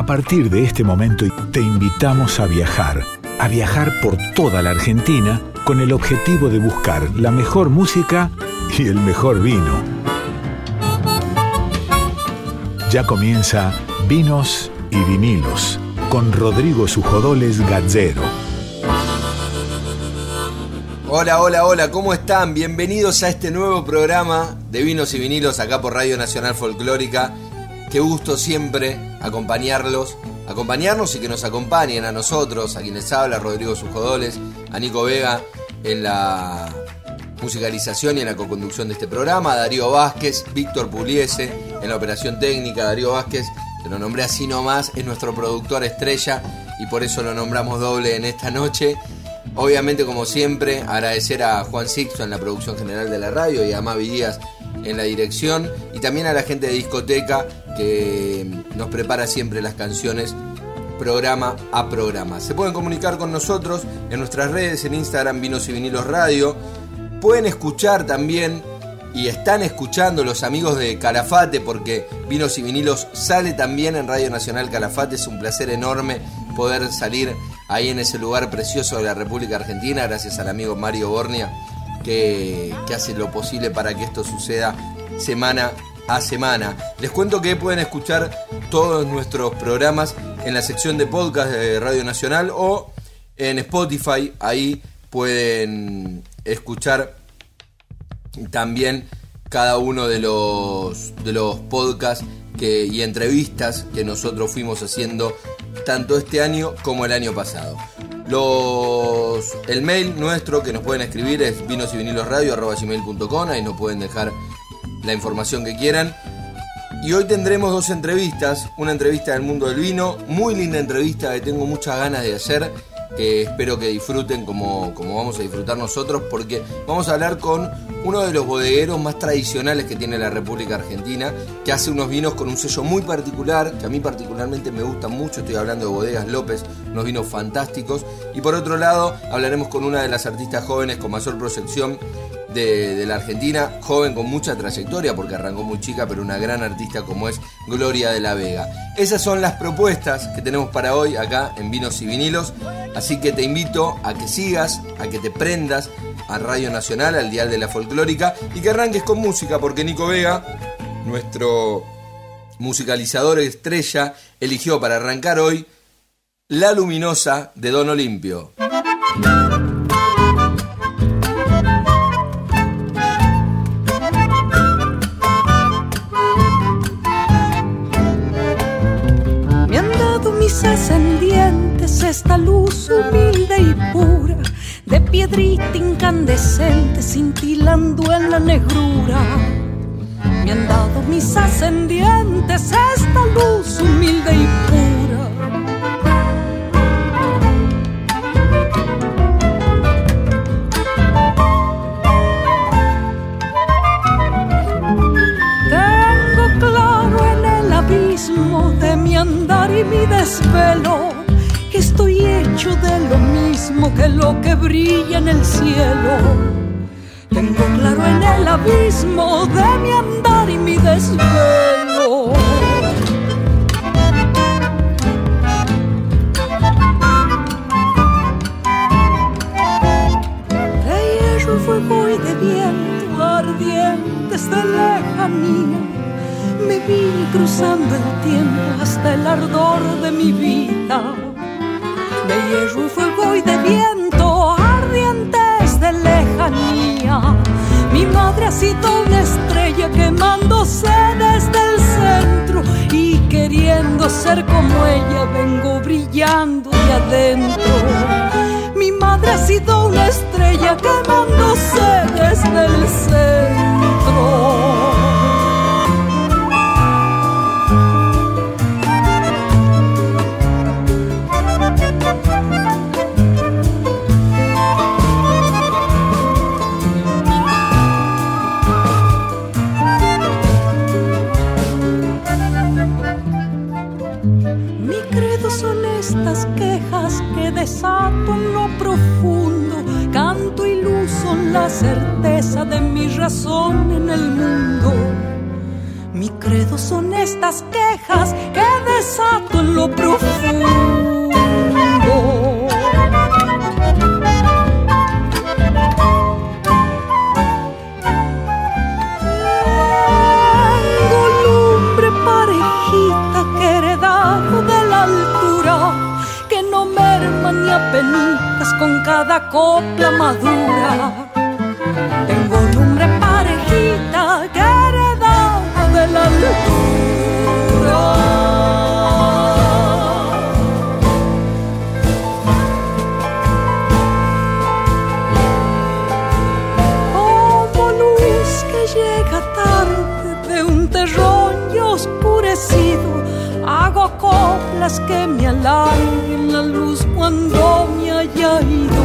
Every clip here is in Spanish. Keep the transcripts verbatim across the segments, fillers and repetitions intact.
A partir de este momento te invitamos a viajar, a viajar por toda la Argentina con el objetivo de buscar la mejor música y el mejor vino. Ya comienza Vinos y Vinilos con Rodrigo Sujodoles Gazzero. Hola, hola, hola, ¿cómo están? Bienvenidos a este nuevo programa de Vinos y Vinilos acá por Radio Nacional Folclórica. Qué gusto siempre acompañarlos, acompañarnos y que nos acompañen a nosotros, a quienes habla Rodrigo Sujodoles, a Nico Vega en la musicalización y en la coconducción de este programa, a Darío Vázquez, Víctor Pugliese en la operación técnica. Darío Vázquez, que lo nombré así nomás, es nuestro productor estrella y por eso lo nombramos doble en esta noche. Obviamente, como siempre, agradecer a Juan Sixto en la producción general de la radio y a Mavi Díaz en la dirección, y también a la gente de Discoteca que nos prepara siempre las canciones programa a programa. Se pueden comunicar con nosotros en nuestras redes, en Instagram Vinos y Vinilos Radio. Pueden escuchar también, y están escuchando los amigos de Calafate, porque Vinos y Vinilos sale también en Radio Nacional Calafate. Es un placer enorme poder salir ahí en ese lugar precioso de la República Argentina, gracias al amigo Mario Bornia, que, que hace lo posible para que esto suceda semana a semana. Les cuento que pueden escuchar todos nuestros programas en la sección de podcast de Radio Nacional o en Spotify. Ahí pueden escuchar también cada uno de los, de los podcasts que, y entrevistas que nosotros fuimos haciendo tanto este año como el año pasado. Los, el mail nuestro que nos pueden escribir es vinos y vinilos radio arroba gmail punto com. Ahí nos pueden dejar la información que quieran. Y hoy tendremos dos entrevistas. Una entrevista del mundo del vino, muy linda entrevista que tengo muchas ganas de hacer, que espero que disfruten como, como vamos a disfrutar nosotros, porque vamos a hablar con uno de los bodegueros más tradicionales que tiene la República Argentina, que hace unos vinos con un sello muy particular, que a mí particularmente me gustan mucho. Estoy hablando de Bodegas López, unos vinos fantásticos. Y por otro lado, hablaremos con una de las artistas jóvenes con mayor proyección de, de la Argentina, joven con mucha trayectoria, porque arrancó muy chica, pero una gran artista como es Gloria de la Vega. Esas son las propuestas que tenemos para hoy acá en Vinos y Vinilos. Así que te invito a que sigas, a que te prendas a Radio Nacional, al dial de la folclórica, y que arranques con música, porque Nico Vega, nuestro musicalizador estrella, eligió para arrancar hoy La Luminosa de Don Olimpio. Me han dado mis ascendientes esta luz humilde y pura, de piedrita incandescente cintilando en la negrura. Me han dado mis ascendientes esta luz humilde y pura. Tengo claro en el abismo de mi andar y mi desvelo que estoy hecho de lo mismo que lo que brilla en el cielo. Tengo claro en el abismo de mi andar y mi desvelo. De hierro, fuego y de viento ardientes de lejanía, me vine cruzando el tiempo hasta el ardor de mi vida. De hierro, fuego y de viento ardientes de lejanía, mi madre ha sido una estrella quemándose desde el centro, y queriendo ser como ella vengo brillando de adentro. Mi madre ha sido una estrella quemándose desde el centro. Estas quejas que desato en lo profundo, canto y luz son la certeza de mi razón en el mundo. Mi credo son estas quejas que desato en lo profundo. Tengo lumbre parejita que he heredado de la altura, que no merma ni apenitas con cada copla madura. Tengo lumbre parejita que he heredado de la altura. Como luz que llega tarde de un terruño oscurecido, hago coplas que me alarguen la luz cuando me haya ido.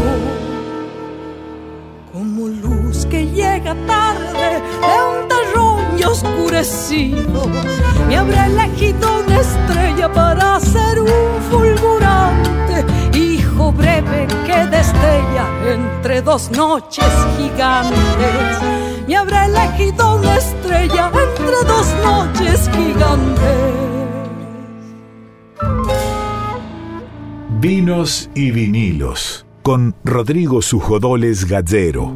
Como luz que llega tarde de un terruño oscurecido, me habré elegido una estrella para ser un fulgurante hijo breve que destella entre dos noches gigantes. Me habré elegido una estrella entre dos noches gigantes. Vinos y vinilos con Rodrigo Sujodoles Gazzero.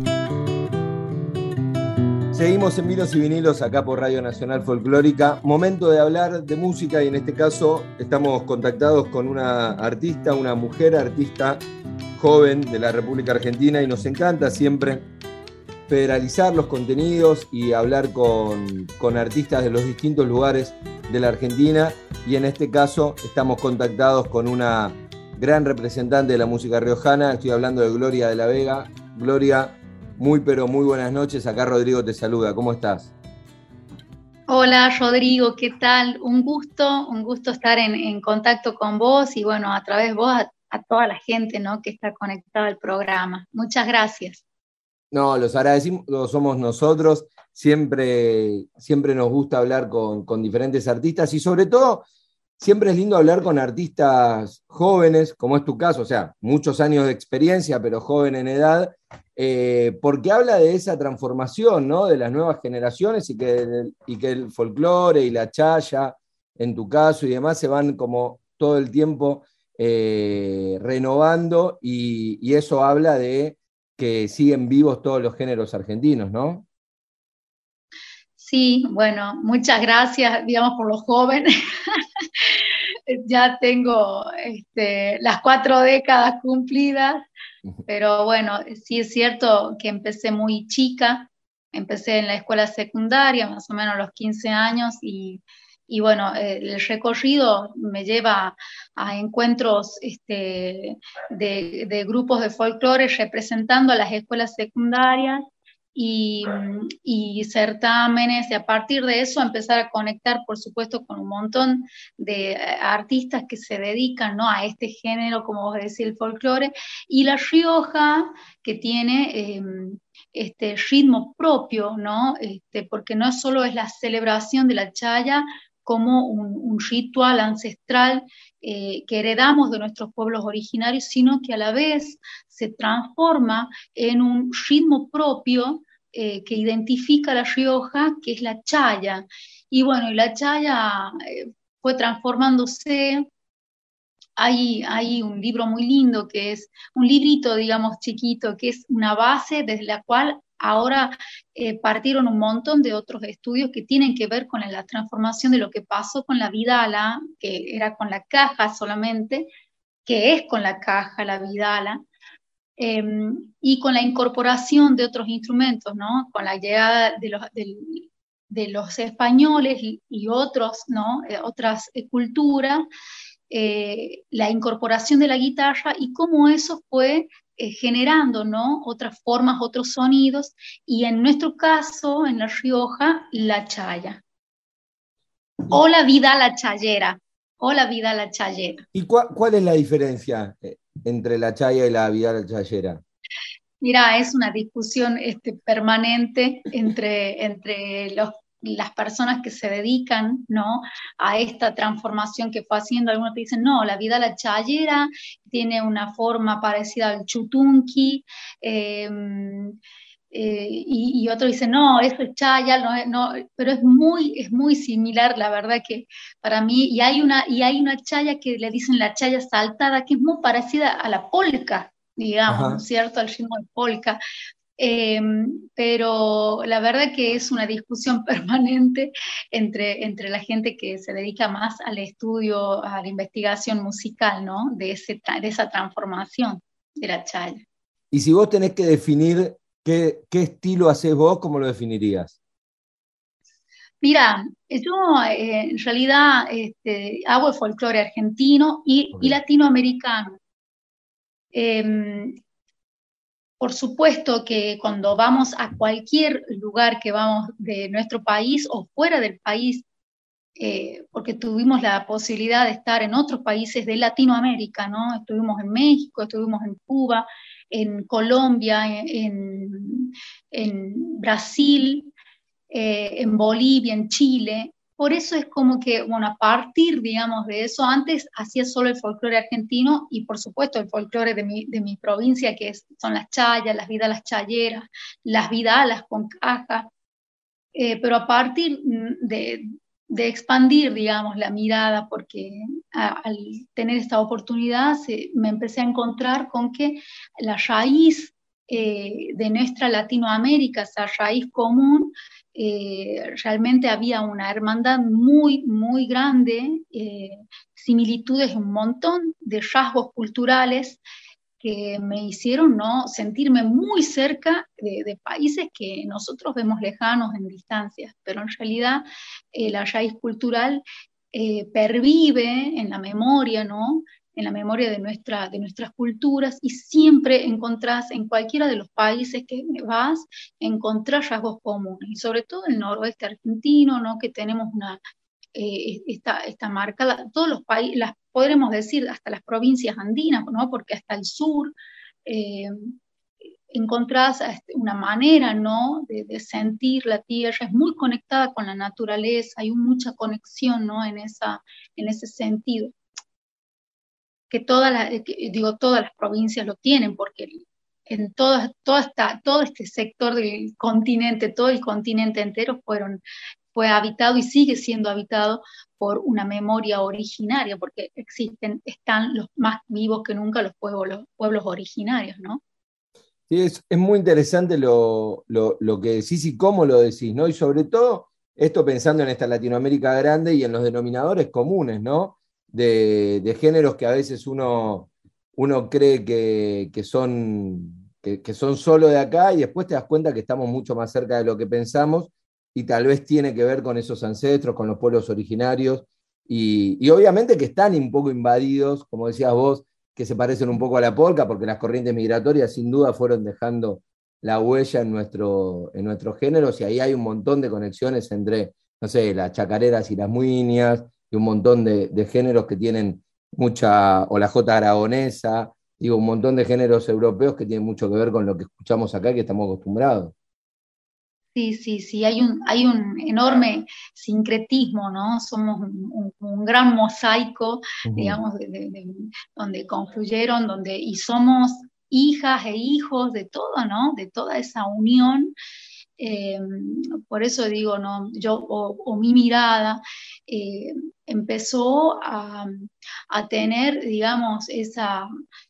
Seguimos en Vinos y Vinilos acá por Radio Nacional Folclórica. Momento de hablar de música y en este caso estamos contactados con una artista, una mujer artista joven de la República Argentina y nos encanta siempre federalizar los contenidos y hablar con, con artistas de los distintos lugares de la Argentina y en este caso estamos contactados con una gran representante de la música riojana. Estoy hablando de Gloria de la Vega. Gloria, muy pero muy buenas noches. Acá Rodrigo te saluda. ¿Cómo estás? Hola Rodrigo, ¿qué tal? Un gusto, un gusto estar en, en contacto con vos y bueno, a través de vos a, a toda la gente, ¿no?, que está conectada al programa. Muchas gracias. No, los agradecimos, somos nosotros. Siempre, siempre nos gusta hablar con, con diferentes artistas y sobre todo siempre es lindo hablar con artistas jóvenes, como es tu caso, o sea, muchos años de experiencia, pero joven en edad, eh, porque habla de esa transformación, ¿no?, de las nuevas generaciones y que, y que el folclore y la chaya, en tu caso y demás, se van como todo el tiempo eh, renovando y, y eso habla de que siguen vivos todos los géneros argentinos, ¿no? Sí, bueno, muchas gracias, digamos, por los jóvenes. Ya tengo este, las cuatro décadas cumplidas, pero bueno, sí es cierto que empecé muy chica, empecé en la escuela secundaria, más o menos a los quince años, y, y bueno, el recorrido me lleva a encuentros este, de, de grupos de folclore representando a las escuelas secundarias, Y, y certámenes, y a partir de eso empezar a conectar, por supuesto, con un montón de artistas que se dedican, ¿no?, a este género, como vos decís, el folclore, y La Rioja, que tiene eh, este ritmo propio, ¿no?, este, porque no solo es la celebración de la chaya como un, un ritual ancestral eh, que heredamos de nuestros pueblos originarios, sino que a la vez se transforma en un ritmo propio eh, que identifica a La Rioja, que es la chaya. Y bueno, y la chaya eh, fue transformándose. Hay, hay un libro muy lindo, que es un librito, digamos, chiquito, que es una base desde la cual ahora eh, partieron un montón de otros estudios que tienen que ver con la transformación de lo que pasó con la vidala, que era con la caja solamente, que es con la caja la vidala, eh, y con la incorporación de otros instrumentos, ¿no?, con la llegada de los, de, de los españoles y, y otros, ¿no?, eh, otras eh, culturas, eh, la incorporación de la guitarra y cómo eso fue Eh, generando, ¿no?, otras formas, otros sonidos, y en nuestro caso, en La Rioja, la chaya. O la vidala chayera, o la vidala chayera. ¿Y cu cuál es la diferencia entre la chaya y la vidala chayera? Mira, es una discusión este, permanente entre, entre los las personas que se dedican, ¿no?, a esta transformación que fue haciendo. Algunos te dicen, no, la vidala chayera tiene una forma parecida al chutunqui, eh, eh, y, y otro dice, no, eso es chaya, no, es- no, pero es muy, es muy similar, la verdad que para mí, y hay una, y hay una chaya que le dicen la chaya saltada, que es muy parecida a la polka, digamos, ¿no es Ajá. cierto?, al ritmo de polka. Eh, pero la verdad que es una discusión permanente entre, entre la gente que se dedica más al estudio, a la investigación musical, ¿no? De, ese, tra- de esa transformación de la chaya. Y si vos tenés que definir qué, qué estilo haces vos, ¿cómo lo definirías? Mira, yo eh, en realidad este, hago el folclore argentino y, y Ok. latinoamericano. Em, Por supuesto que cuando vamos a cualquier lugar que vamos de nuestro país o fuera del país, eh, porque tuvimos la posibilidad de estar en otros países de Latinoamérica, ¿no? Estuvimos en México, estuvimos en Cuba, en Colombia, en, en- en Brasil, eh, en Bolivia, en Chile. Por eso es como que, bueno, a partir, digamos, de eso, antes hacía solo el folclore argentino y por supuesto el folclore de mi, de mi provincia, que es- son las chayas, las vidalas chayeras, las vidalas con caja. Eh, pero a partir mm, de, de expandir, digamos, la mirada, porque a- al tener esta oportunidad se- me empecé a encontrar con que la raíz eh, de nuestra Latinoamérica, esa raíz común, eh, realmente había una hermandad muy, muy grande, eh, similitudes, un montón de rasgos culturales que me hicieron, ¿no?, sentirme muy cerca de, de países que nosotros vemos lejanos en distancia, pero en realidad eh, la raíz cultural eh, pervive en la memoria, ¿no?, en la memoria de, nuestra, de nuestras culturas, y siempre encontrás en cualquiera de los países que vas, encontrás rasgos comunes, y sobre todo en el noroeste argentino, ¿no?, que tenemos una eh, esta, esta marca, la, todos los países, las podremos decir hasta las provincias andinas, ¿no?, porque hasta el sur eh, encontrás este, una manera, ¿no?, de, de, sentir la tierra, es muy conectada con la naturaleza, hay mucha conexión, ¿no?, en, esa, en ese sentido, que, toda la, que digo, todas las provincias lo tienen, porque en toda, toda esta, todo este sector del continente, todo el continente entero fueron fue habitado y sigue siendo habitado por una memoria originaria, porque existen, están los más vivos que nunca los pueblos, los pueblos originarios, ¿no? Sí, es, es muy interesante lo, lo, lo que decís y cómo lo decís, ¿no? Y sobre todo, esto pensando en esta Latinoamérica grande y en los denominadores comunes, ¿no? De, de géneros que a veces uno, uno cree que, que son, que, que son solo de acá y después te das cuenta que estamos mucho más cerca de lo que pensamos y tal vez tiene que ver con esos ancestros, con los pueblos originarios y, y obviamente que están un poco invadidos, como decías vos, que se parecen un poco a la polca, porque las corrientes migratorias sin duda fueron dejando la huella en, nuestro, en nuestros géneros, y ahí hay un montón de conexiones entre, no sé, las chacareras y las muiñas, y un montón de, de géneros que tienen mucha, o la jota aragonesa, digo, un montón de géneros europeos que tienen mucho que ver con lo que escuchamos acá, que estamos acostumbrados. Sí, sí, sí, hay un, hay un enorme sincretismo, ¿no? Somos un, un- un gran mosaico, Ujú. digamos, de, de- de- donde confluyeron, donde, y somos hijas e hijos de todo, ¿no? De toda esa unión. Eh, por eso digo, ¿no? Yo, o, o mi mirada eh, empezó a, a tener, digamos, esa,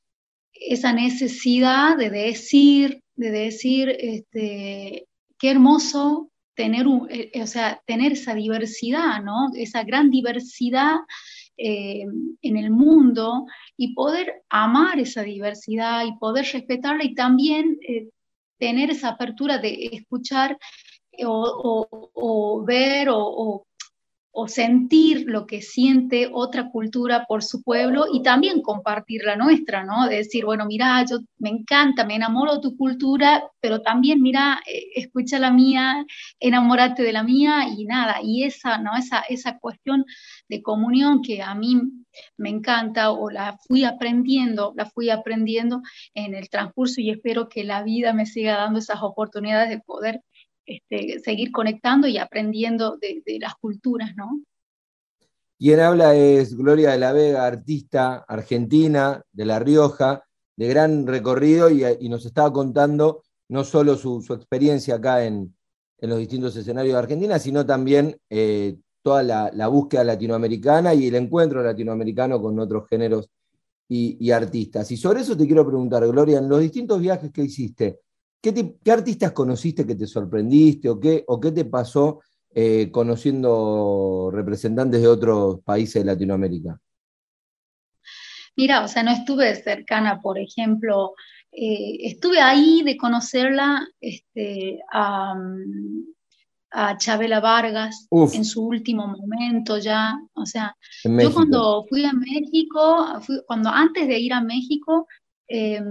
esa necesidad de decir, de decir, este, qué hermoso tener, un, eh, o sea, tener esa diversidad, ¿no? Esa gran diversidad eh, en el mundo, y poder amar esa diversidad y poder respetarla, y también eh, tener esa apertura de escuchar eh, o, o, o ver o, o o sentir lo que siente otra cultura por su pueblo, y también compartir la nuestra, ¿no? De decir, bueno, mira, yo me encanta, me enamoro de tu cultura, pero también, mira, eh, escucha la mía, enamórate de la mía, y nada, y esa, ¿no? Esa, esa cuestión de comunión que a mí me encanta, o la fui aprendiendo, la fui aprendiendo en el transcurso, y espero que la vida me siga dando esas oportunidades de poder este, seguir conectando y aprendiendo de, de las culturas, ¿no? Quien habla es Gloria de la Vega, artista argentina de La Rioja, de gran recorrido, y, y nos estaba contando no solo su, su experiencia acá en, en los distintos escenarios de Argentina, sino también eh, toda la, la búsqueda latinoamericana y el encuentro latinoamericano con otros géneros y, y artistas. Y sobre eso te quiero preguntar, Gloria, en los distintos viajes que hiciste, ¿qué, te, qué artistas conociste que te sorprendiste o qué, o qué te pasó eh, conociendo representantes de otros países de Latinoamérica? Mira, o sea, no estuve cercana, por ejemplo, eh, estuve ahí de conocerla este, a, a Chabela Vargas Uf, en su último momento ya, o sea, en yo México. cuando fui a México, fui- cuando antes de ir a México, eh,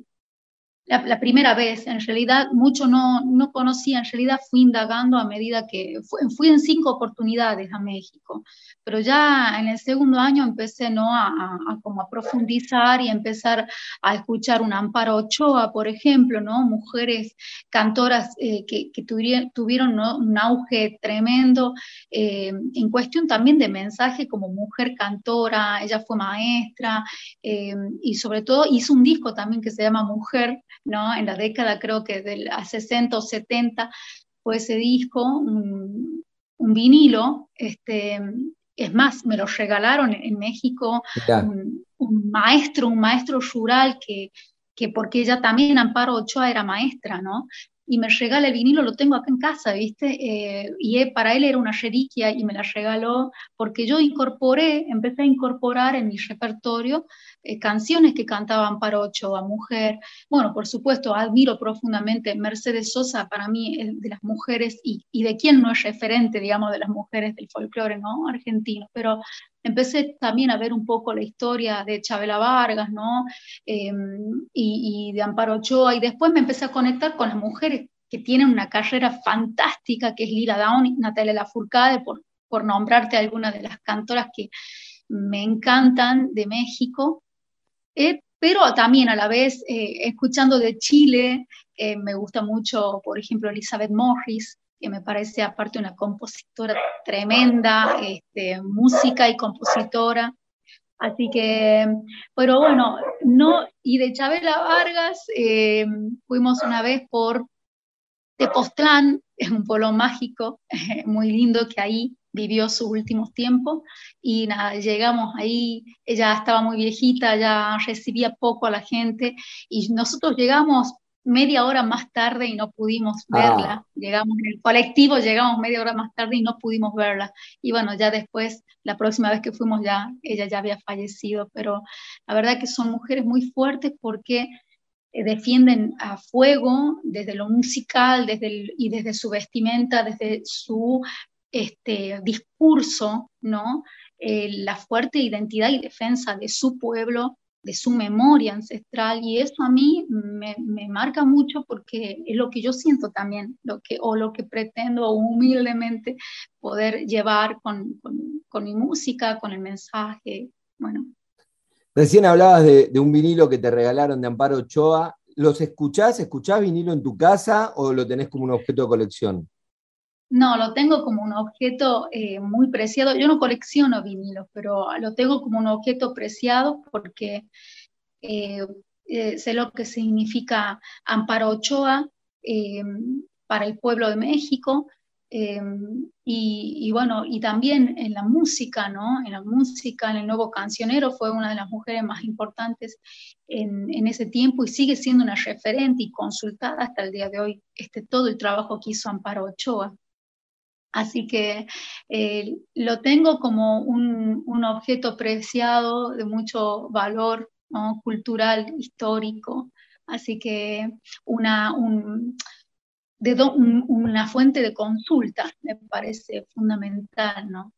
la, la primera vez, en realidad mucho no, no conocía, en realidad fui indagando a medida que fui, fui en cinco oportunidades a México, pero ya en el segundo año empecé ¿no? a, a, a como a profundizar y a empezar a escuchar un Amparo Ochoa, por ejemplo, ¿no? Mujeres cantoras eh, que, que tuvieron, tuvieron ¿no? un auge tremendo eh, en cuestión también de mensaje como mujer cantora, ella fue maestra eh, y sobre todo hizo un disco también que se llama Mujer, ¿no? En la década creo que de los sesenta o setenta fue ese disco, un, un vinilo, este, es más, me lo regalaron en México Mirá, un, un maestro, un maestro rural que, que porque ella también, Amparo Ochoa, era maestra, ¿no? Y me regala el vinilo, lo tengo acá en casa, ¿viste? Eh, y él, para él era una reliquia y me la regaló porque yo incorporé, empecé a incorporar en mi repertorio eh, canciones que cantaba Amparo Ochoa, Mujer. Bueno, por supuesto, admiro profundamente Mercedes Sosa, para mí es de las mujeres, y, y de quién no es referente, digamos, de las mujeres del folclore, ¿no? Argentino, pero empecé también a ver un poco la historia de Chabela Vargas, ¿no? Eh, y, y de Amparo Ochoa, y después me empecé a conectar con las mujeres que tienen una carrera fantástica, que es Lila Downs, Natalia Lafourcade, por, por nombrarte algunas de las cantoras que me encantan de México. Eh, pero también a la vez, eh, escuchando de Chile, eh, me gusta mucho, por ejemplo, Elizabeth Morris, que me parece aparte una compositora tremenda, este, música y compositora. Así que, pero bueno, no, y de Chabela Vargas, eh, fuimos una vez por Tepoztlán, es un pueblo mágico, muy lindo que ahí vivió sus últimos tiempos y nada, llegamos ahí, ella estaba muy viejita, ya recibía poco a la gente y nosotros llegamos media hora más tarde y no pudimos ah, verla, llegamos en el colectivo, llegamos media hora más tarde y no pudimos verla y bueno, ya después, la próxima vez que fuimos ya, ella ya había fallecido, pero la verdad que son mujeres muy fuertes porque eh, defienden a fuego desde lo musical desde el, y desde su vestimenta, desde su este, discurso, ¿no? Eh, la fuerte identidad y defensa de su pueblo, de su memoria ancestral, y eso a mí me, me marca mucho porque es lo que yo siento también, lo que, o lo que pretendo humildemente poder llevar con, con, con mi música, con el mensaje, bueno. recién hablabas de, de un vinilo que te regalaron de Amparo Ochoa. ¿Los escuchás? ¿Escuchás vinilo en tu casa o lo tenés como un objeto de colección? No, lo tengo como un objeto eh, muy preciado. Yo no colecciono vinilos, pero lo tengo como un objeto preciado porque eh, eh, sé lo que significa Amparo Ochoa eh, para el pueblo de México. eh, y, y bueno, y también en la música, ¿no? En la música, en el nuevo cancionero, fue una de las mujeres más importantes en, en ese tiempo y sigue siendo una referente y consultada hasta el día de hoy, este, todo el trabajo que hizo Amparo Ochoa. Así que eh, lo tengo como un, un objeto preciado de mucho valor, ¿no? Cultural, histórico. Así que una, un, de do, un, una fuente de consulta me parece fundamental, ¿no?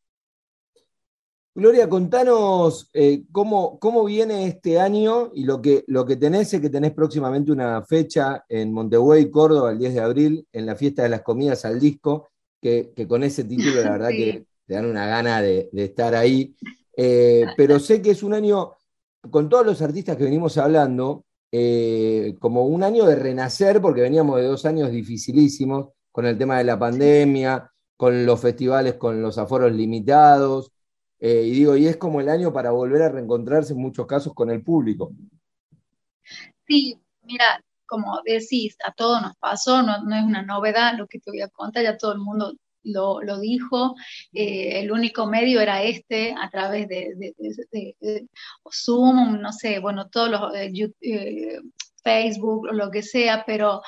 Gloria, contanos eh, cómo, cómo viene este año y lo que, lo que tenés es que tenés próximamente una fecha en Montevideo, Córdoba, el diez de abril, en la fiesta de las comidas al disco, que, que con ese título la verdad Sí. que te dan una gana de, de estar ahí. Eh, pero sé que es un año, con todos los artistas que venimos hablando, eh, como un año de renacer, porque veníamos de dos años dificilísimos, con el tema de la pandemia, con los festivales con los aforos limitados. Eh, y digo, y es como el año para volver a reencontrarse en muchos casos con el público. Sí, mira, como decís, a todos nos pasó, no, no es una novedad lo que te voy a contar, ya todo el mundo lo, lo dijo, eh, el único medio era este, a través de, de, de, de, de Zoom, no sé, bueno, todos los eh, YouTube, eh, Facebook, o lo que sea, pero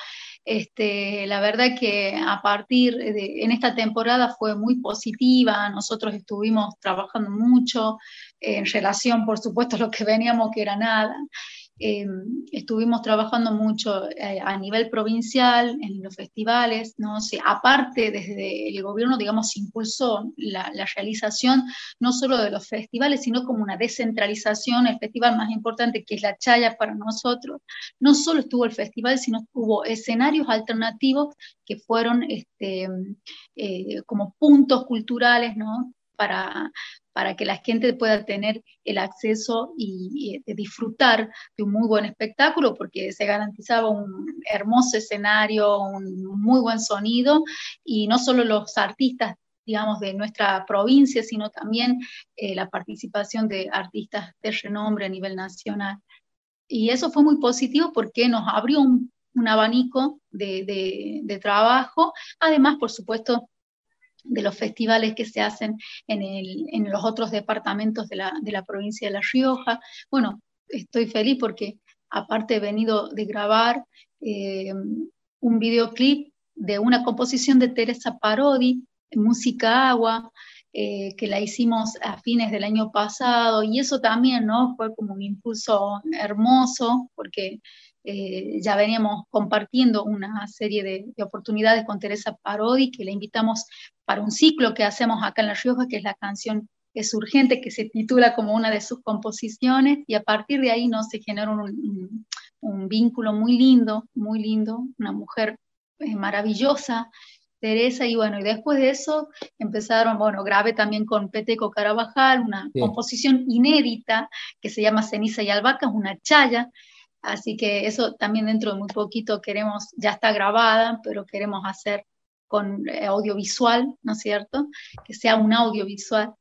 este, la verdad que a partir de, en esta temporada fue muy positiva, nosotros estuvimos trabajando mucho, eh, en relación, por supuesto, a lo que veníamos, que era nada. Eh, estuvimos trabajando mucho eh, a nivel provincial, en los festivales, ¿no? O sea, aparte desde el gobierno, digamos, se impulsó la, la realización no solo de los festivales, sino como una descentralización. El festival más importante, que es la Chaya para nosotros, no solo estuvo el festival, sino hubo escenarios alternativos que fueron este, eh, como puntos culturales, ¿no? Para, para que la gente pueda tener el acceso y, y disfrutar de un muy buen espectáculo, porque se garantizaba un hermoso escenario, un muy buen sonido, y no solo los artistas, digamos, de nuestra provincia, sino también eh, la participación de artistas de renombre a nivel nacional. Y eso fue muy positivo porque nos abrió un, un abanico de, de, de trabajo, además, por supuesto, de los festivales que se hacen en, el, en los otros departamentos de la, de la provincia de La Rioja. Bueno, estoy feliz porque aparte he venido de grabar eh, un videoclip de una composición de Teresa Parodi, Música Agua, eh, que la hicimos a fines del año pasado, y eso también, ¿no? Fue como un impulso hermoso, porque Eh, ya veníamos compartiendo una serie de, de oportunidades con Teresa Parodi, que la invitamos para un ciclo que hacemos acá en La Rioja, que es la canción Es Urgente, que se titula como una de sus composiciones, y a partir de ahí, ¿no? Se generó un, un, un vínculo muy lindo, muy lindo, una mujer eh, maravillosa, Teresa, y bueno, y después de eso empezaron, bueno, grabé también con Peteco Carabajal, una Sí. composición inédita que se llama Ceniza y Albahaca, es una chaya. Así que eso también dentro de muy poquito queremos, ya está grabada, pero queremos hacer con eh, audiovisual, ¿no es cierto? Que sea un audiovisual.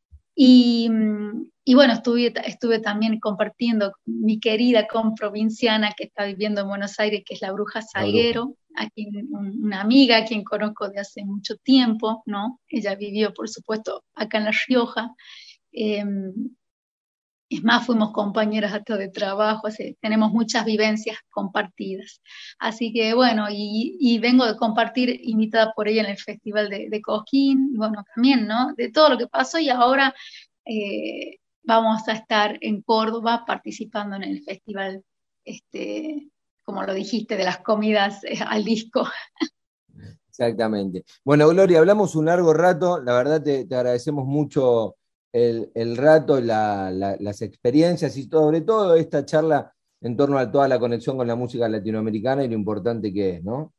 Y, y bueno, estuve, estuve también compartiendo con mi querida comprovinciana que está viviendo en Buenos Aires, que es la Bruja Salguero, a quien, una amiga a quien conozco de hace mucho tiempo, ¿no? Ella vivió, por supuesto, acá en La Rioja. Eh, Es más, fuimos compañeras hasta de trabajo, así, tenemos muchas vivencias compartidas. Así que bueno, y, y vengo de compartir, invitada por ella en el Festival de, de Cosquín, y bueno, también, ¿no? De todo lo que pasó, y ahora eh, vamos a estar en Córdoba participando en el festival, este, como lo dijiste, de las comidas eh, al disco. Exactamente. Bueno, Gloria, hablamos un largo rato, la verdad te, te agradecemos mucho el, el rato, la, la, las experiencias y sobre todo esta charla en torno a toda la conexión con la música latinoamericana y lo importante que es, ¿no?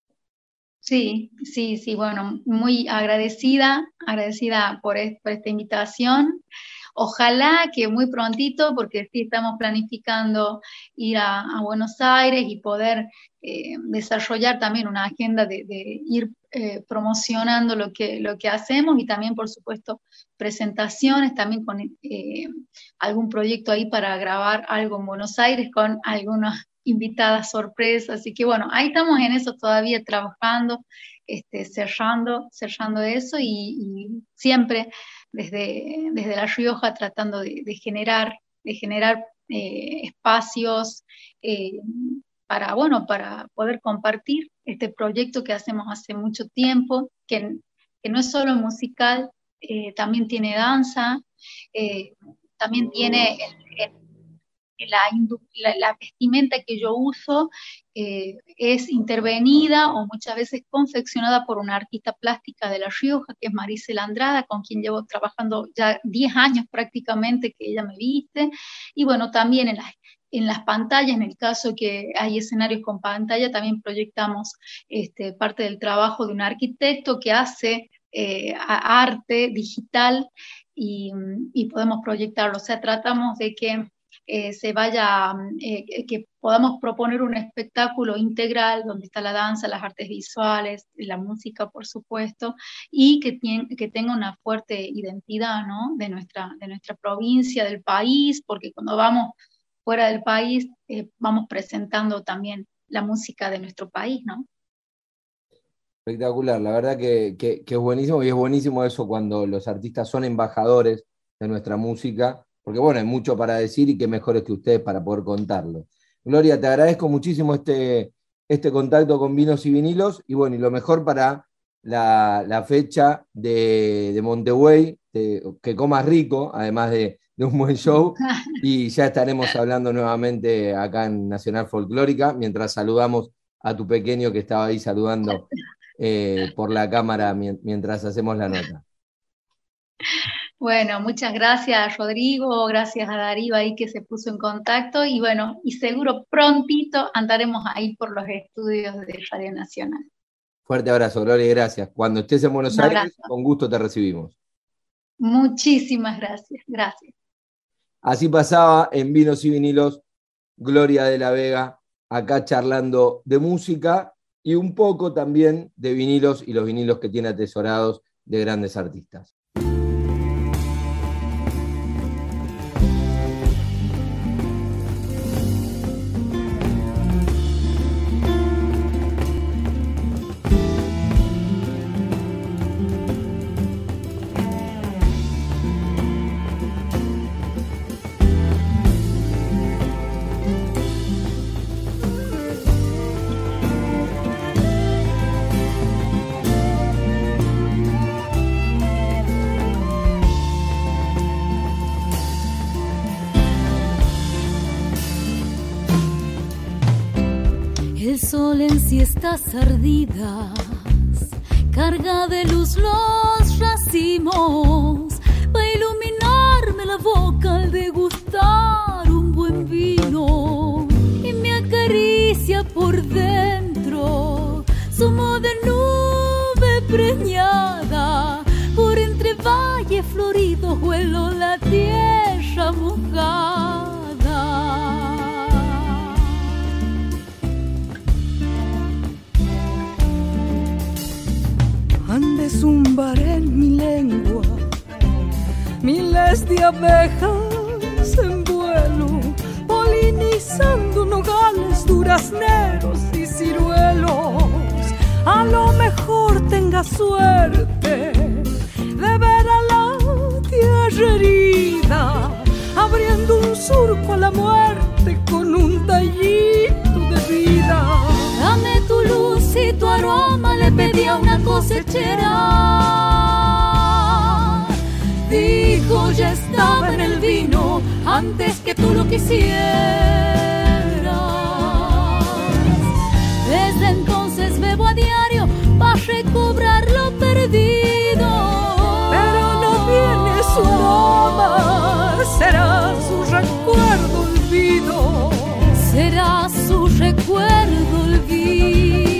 Sí, sí, sí, bueno, muy agradecida, agradecida por, es, por esta invitación. Ojalá que muy prontito, porque sí estamos planificando ir a, a Buenos Aires y poder eh, desarrollar también una agenda de, de ir eh, promocionando lo que, lo que hacemos, y también, por supuesto, presentaciones, también con eh, algún proyecto ahí para grabar algo en Buenos Aires con algunas invitadas sorpresas. Así que bueno, ahí estamos en eso todavía trabajando, este, cerrando, cerrando eso, y, y siempre desde, desde La Rioja tratando de, de generar, de generar eh, espacios eh, para, bueno, para poder compartir este proyecto que hacemos hace mucho tiempo, que, que no es solo musical, eh, también tiene danza, eh, también tiene el, el, la, la, la vestimenta que yo uso eh, es intervenida o muchas veces confeccionada por una artista plástica de La Rioja, que es Maricela Andrada, con quien llevo trabajando ya diez años prácticamente, que ella me viste. Y bueno, también en las, en las pantallas, en el caso que hay escenarios con pantalla, también proyectamos este, parte del trabajo de un arquitecto que hace eh, arte digital, y, y podemos proyectarlo. O sea, tratamos de que Eh, se vaya, eh, que podamos proponer un espectáculo integral donde está la danza, las artes visuales, la música, por supuesto, y que, tiene, que tenga una fuerte identidad, ¿no? de, nuestra, de nuestra provincia, del país, porque cuando vamos fuera del país eh, vamos presentando también la música de nuestro país, ¿no? Espectacular, la verdad que, que, que es buenísimo, y es buenísimo eso cuando los artistas son embajadores de nuestra música, porque bueno, hay mucho para decir y qué mejores que ustedes para poder contarlo. Gloria, te agradezco muchísimo este, este contacto con Vinos y Vinilos, y bueno, y lo mejor para la, la fecha de, de Montevideo, de, que comas rico, además de, de un buen show, y ya estaremos hablando nuevamente acá en Nacional Folclórica, mientras saludamos a tu pequeño que estaba ahí saludando eh, por la cámara mientras hacemos la nota. Bueno, muchas gracias Rodrigo, gracias a Darío ahí que se puso en contacto, y bueno, y seguro prontito andaremos ahí por los estudios de Radio Nacional. Fuerte abrazo, Gloria, y gracias. Cuando estés en Buenos Aires, con gusto te recibimos. Muchísimas gracias, gracias. Así pasaba en Vinos y Vinilos Gloria de la Vega, acá charlando de música y un poco también de vinilos y los vinilos que tiene atesorados de grandes artistas. El sol en siestas ardidas carga de luz los racimos para iluminarme la boca al degustar un buen vino y me acaricia por dentro zumo de nube preñada por entre valles floridos huelo la tierra mojada. Han de zumbar en mi lengua miles de abejas en vuelo, polinizando nogales, durazneros y ciruelos. A lo mejor tenga suerte de ver a la tierra herida, abriendo un surco a la muerte con un tallito de vida. Dame tu luz y tu aroma, le pedí a una cosechera. Dijo, ya estaba en el vino antes que tú lo quisieras. Desde entonces bebo a diario para recobrar lo perdido. Pero no viene su aroma, será su recuerdo olvido. Será su recuerdo olvido.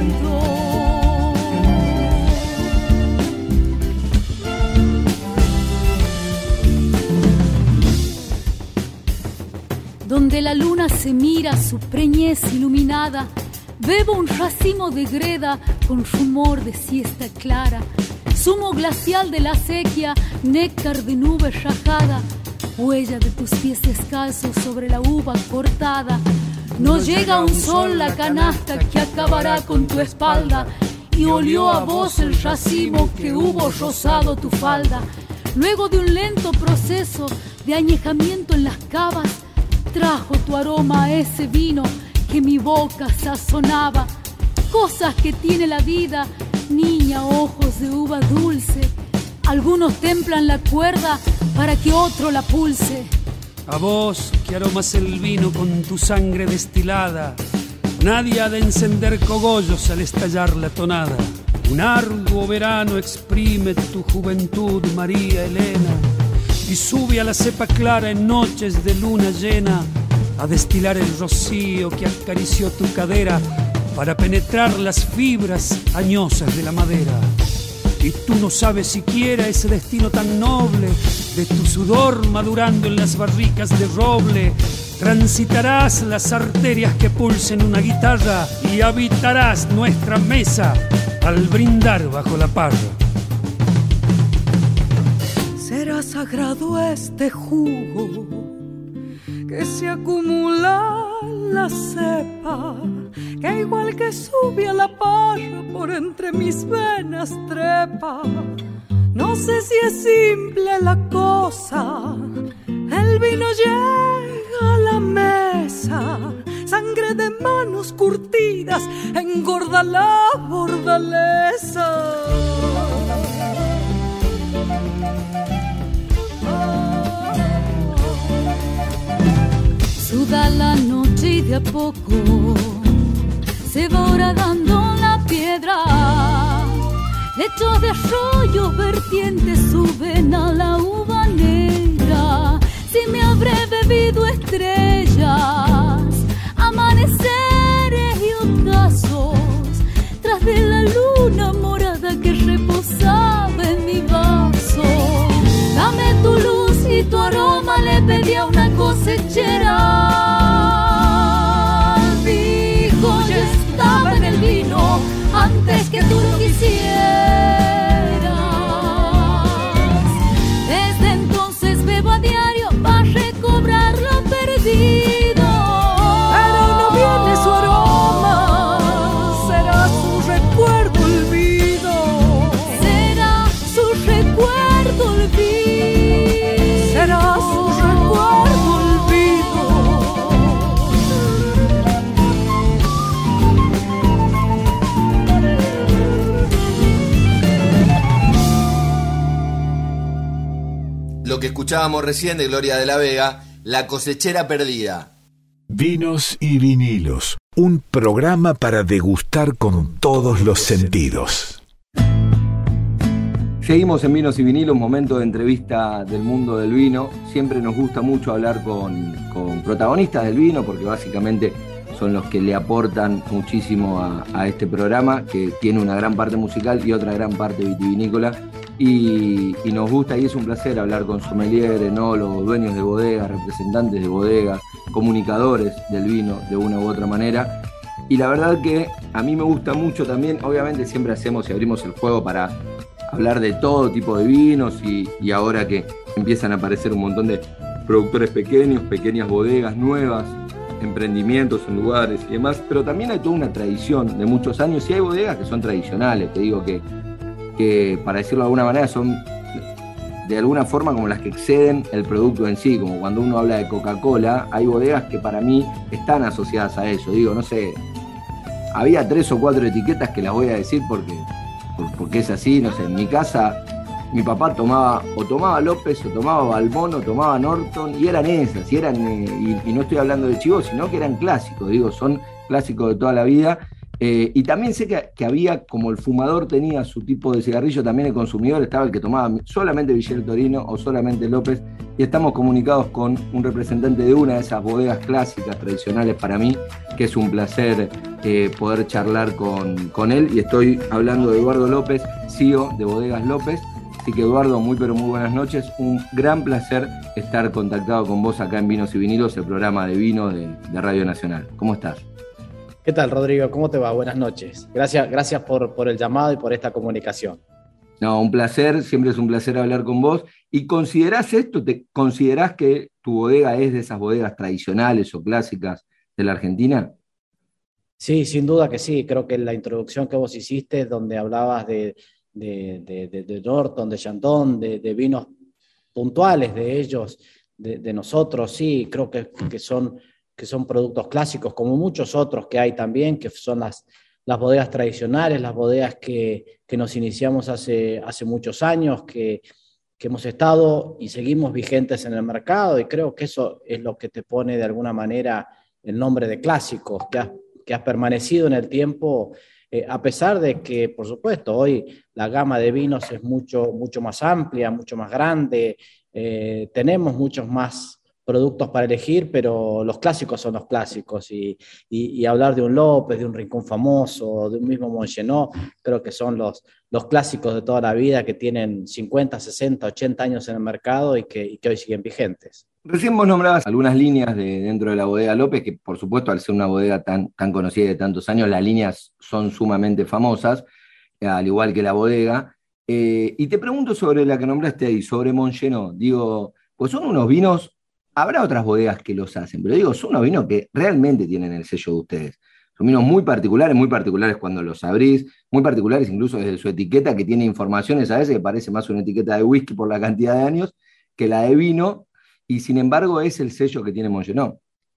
Donde la luna se mira su preñez iluminada, bebo un racimo de greda con rumor de siesta clara, zumo glacial de la sequía, néctar de nube rajada, huella de tus pies descalzos sobre la uva cortada. No llega un sol la canasta que acabará con tu espalda, y olió a vos el racimo que hubo rozado tu falda. Luego de un lento proceso de añejamiento en las cavas, trajo tu aroma a ese vino que mi boca sazonaba. Cosas que tiene la vida, niña, ojos de uva dulce. Algunos templan la cuerda para que otro la pulse. A vos que aromas el vino con tu sangre destilada, nadie ha de encender cogollos al estallar la tonada. Un arduo verano exprime tu juventud, María Elena, y sube a la cepa clara en noches de luna llena a destilar el rocío que acarició tu cadera para penetrar las fibras añosas de la madera. Y tú no sabes siquiera ese destino tan noble de tu sudor madurando en las barricas de roble. Transitarás las arterias que pulsen una guitarra y habitarás nuestra mesa al brindar bajo la parra. Será sagrado este jugo que se acumula en la cepa que igual que sube a la parra por entre mis venas trepa. No sé si es simple la cosa, el vino llega a la mesa, sangre de manos curtidas engorda la bordaleza. Suda la noche y de a poco se va horadando la piedra. Lechos de arroyos vertientes suben a la uva negra. Si me habré bebido estrellas, amaneceres y ocasos, tras de la luna morada que reposaba en mi vaso. Dame tu luz y tu aroma, le pedí a una cosechera. Dijo, yo estaba en el vino antes que tú lo quisieras. Desde entonces bebo a diario para recobrar lo perdido. Pero no viene su aroma, será su recuerdo olvido. Será su recuerdo olvido. Será su recuerdo olvido. Lo que escuchábamos recién de Gloria de la Vega, La cosechera perdida. Vinos y vinilos, un programa para degustar con todos los sentidos. Seguimos en Vinos y Vinilos, momento de entrevista del mundo del vino. Siempre nos gusta mucho hablar con, con protagonistas del vino, porque básicamente son los que le aportan muchísimo a, a este programa, que tiene una gran parte musical y otra gran parte vitivinícola. Y, y nos gusta y es un placer hablar con sommeliers, enólogos, dueños de bodegas, representantes de bodegas, comunicadores del vino de una u otra manera. Y la verdad que a mí me gusta mucho también, obviamente siempre hacemos y abrimos el juego para hablar de todo tipo de vinos y, y ahora que empiezan a aparecer un montón de productores pequeños, pequeñas bodegas nuevas, emprendimientos en lugares y demás, pero también hay toda una tradición de muchos años y hay bodegas que son tradicionales, te digo que que para decirlo de alguna manera son de alguna forma como las que exceden el producto en sí, como cuando uno habla de Coca-Cola, hay bodegas que para mí están asociadas a eso, digo, no sé, había tres o cuatro etiquetas que las voy a decir porque, porque es así, no sé, en mi casa mi papá tomaba, o tomaba López, o tomaba Balbón, o tomaba Norton, y eran esas, y eran, y, y no estoy hablando de chivos, sino que eran clásicos, digo, son clásicos de toda la vida. Eh, y también sé que, que había, como el fumador tenía su tipo de cigarrillo, también el consumidor estaba el que tomaba solamente Villel Torino o solamente López, y estamos comunicados con un representante de una de esas bodegas clásicas, tradicionales para mí, que es un placer eh, poder charlar con, con él, y estoy hablando de Eduardo López, C E O de Bodegas López. Así que Eduardo, muy pero muy buenas noches, un gran placer estar contactado con vos acá en Vinos y Vinilos, el programa de vino de, de Radio Nacional. ¿Cómo estás? ¿Qué tal, Rodrigo? ¿Cómo te va? Buenas noches. Gracias, gracias por, por el llamado y por esta comunicación. No, un placer, siempre es un placer hablar con vos. ¿Y considerás esto? ¿Te considerás que tu bodega es de esas bodegas tradicionales o clásicas de la Argentina? Sí, sin duda que sí. Creo que la introducción que vos hiciste, donde hablabas de, de, de, de, de Norton, de Chandon, de, de vinos puntuales de ellos, de, de nosotros, sí, creo que, que son... que son productos clásicos, como muchos otros que hay también, que son las, las bodegas tradicionales, las bodegas que, que nos iniciamos hace, hace muchos años, que, que hemos estado y seguimos vigentes en el mercado, y creo que eso es lo que te pone de alguna manera el nombre de clásicos, que has, que has permanecido en el tiempo, eh, a pesar de que, por supuesto, hoy la gama de vinos es mucho, mucho más amplia, mucho más grande, eh, tenemos muchos más productos para elegir, pero los clásicos son los clásicos, y, y, y hablar de un López, de un Rincón Famoso, de un mismo Montgenot, creo que son los, los clásicos de toda la vida, que tienen cincuenta, sesenta, ochenta años en el mercado y que, y que hoy siguen vigentes. Recién vos nombrabas algunas líneas de dentro de la bodega López, que por supuesto al ser una bodega tan, tan conocida de tantos años, las líneas son sumamente famosas, al igual que la bodega. Eh, y te pregunto sobre la que nombraste ahí, sobre Montgenot. Digo, pues son unos vinos. Habrá otras bodegas que los hacen, pero digo, son unos vinos que realmente tienen el sello de ustedes. Son vinos muy particulares, muy particulares cuando los abrís, muy particulares incluso desde su etiqueta, que tiene informaciones a veces que parece más una etiqueta de whisky por la cantidad de años que la de vino, y sin embargo es el sello que tiene Montgenot.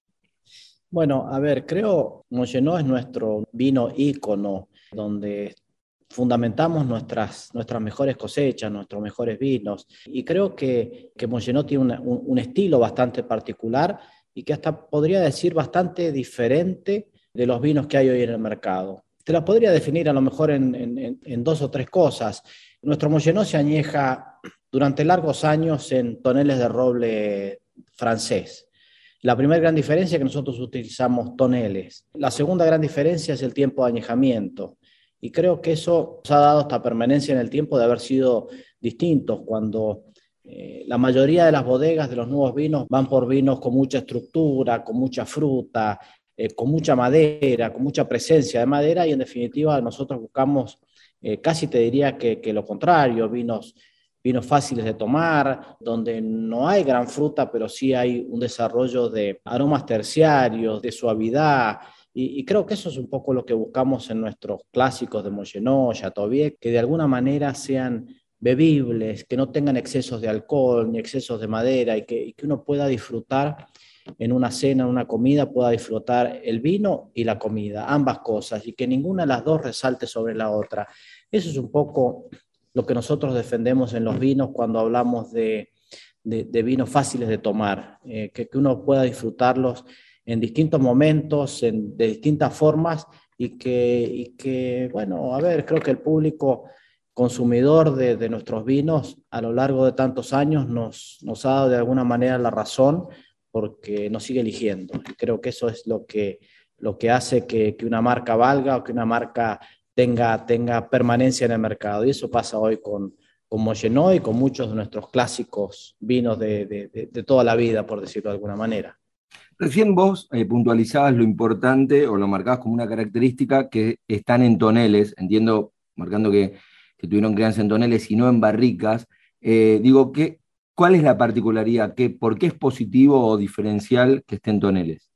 Bueno, a ver, creo Montgenot es nuestro vino ícono, donde fundamentamos nuestras, nuestras mejores cosechas, nuestros mejores vinos, y creo que, que Montgenot tiene una, un, un estilo bastante particular y que hasta podría decir bastante diferente de los vinos que hay hoy en el mercado. Te la podría definir a lo mejor en, en, en dos o tres cosas. Nuestro Montgenot se añeja durante largos años en toneles de roble francés. La primera gran diferencia es que nosotros utilizamos toneles. La segunda gran diferencia es el tiempo de añejamiento. Y creo que eso nos ha dado esta permanencia en el tiempo de haber sido distintos cuando eh, la mayoría de las bodegas de los nuevos vinos van por vinos con mucha estructura, con mucha fruta, eh, con mucha madera, con mucha presencia de madera, y en definitiva nosotros buscamos, eh, casi te diría que, que lo contrario, vinos, vinos fáciles de tomar, donde no hay gran fruta, pero sí hay un desarrollo de aromas terciarios, de suavidad. Y, y creo que eso es un poco lo que buscamos en nuestros clásicos de Montgenot, Chateaubriand, que de alguna manera sean bebibles, que no tengan excesos de alcohol ni excesos de madera, y que, y que uno pueda disfrutar en una cena, en una comida, pueda disfrutar el vino y la comida, ambas cosas, y que ninguna de las dos resalte sobre la otra. Eso es un poco lo que nosotros defendemos en los vinos cuando hablamos de, de, de vinos fáciles de tomar, eh, que, que uno pueda disfrutarlos en distintos momentos, en, de distintas formas, y que, y que, bueno, a ver, creo que el público consumidor de, de nuestros vinos a lo largo de tantos años nos, nos ha dado de alguna manera la razón, porque nos sigue eligiendo. Y creo que eso es lo que, lo que hace que, que una marca valga o que una marca tenga, tenga permanencia en el mercado. Y eso pasa hoy con, con Montgenot y con muchos de nuestros clásicos vinos de, de, de, de toda la vida, por decirlo de alguna manera. Recién vos eh, puntualizabas lo importante o lo marcabas como una característica que están en toneles, entiendo, marcando que, que tuvieron crianza en toneles y no en barricas. Eh, digo, ¿qué, ¿cuál es la particularidad? ¿Qué, ¿Por qué es positivo o diferencial que esté en toneles?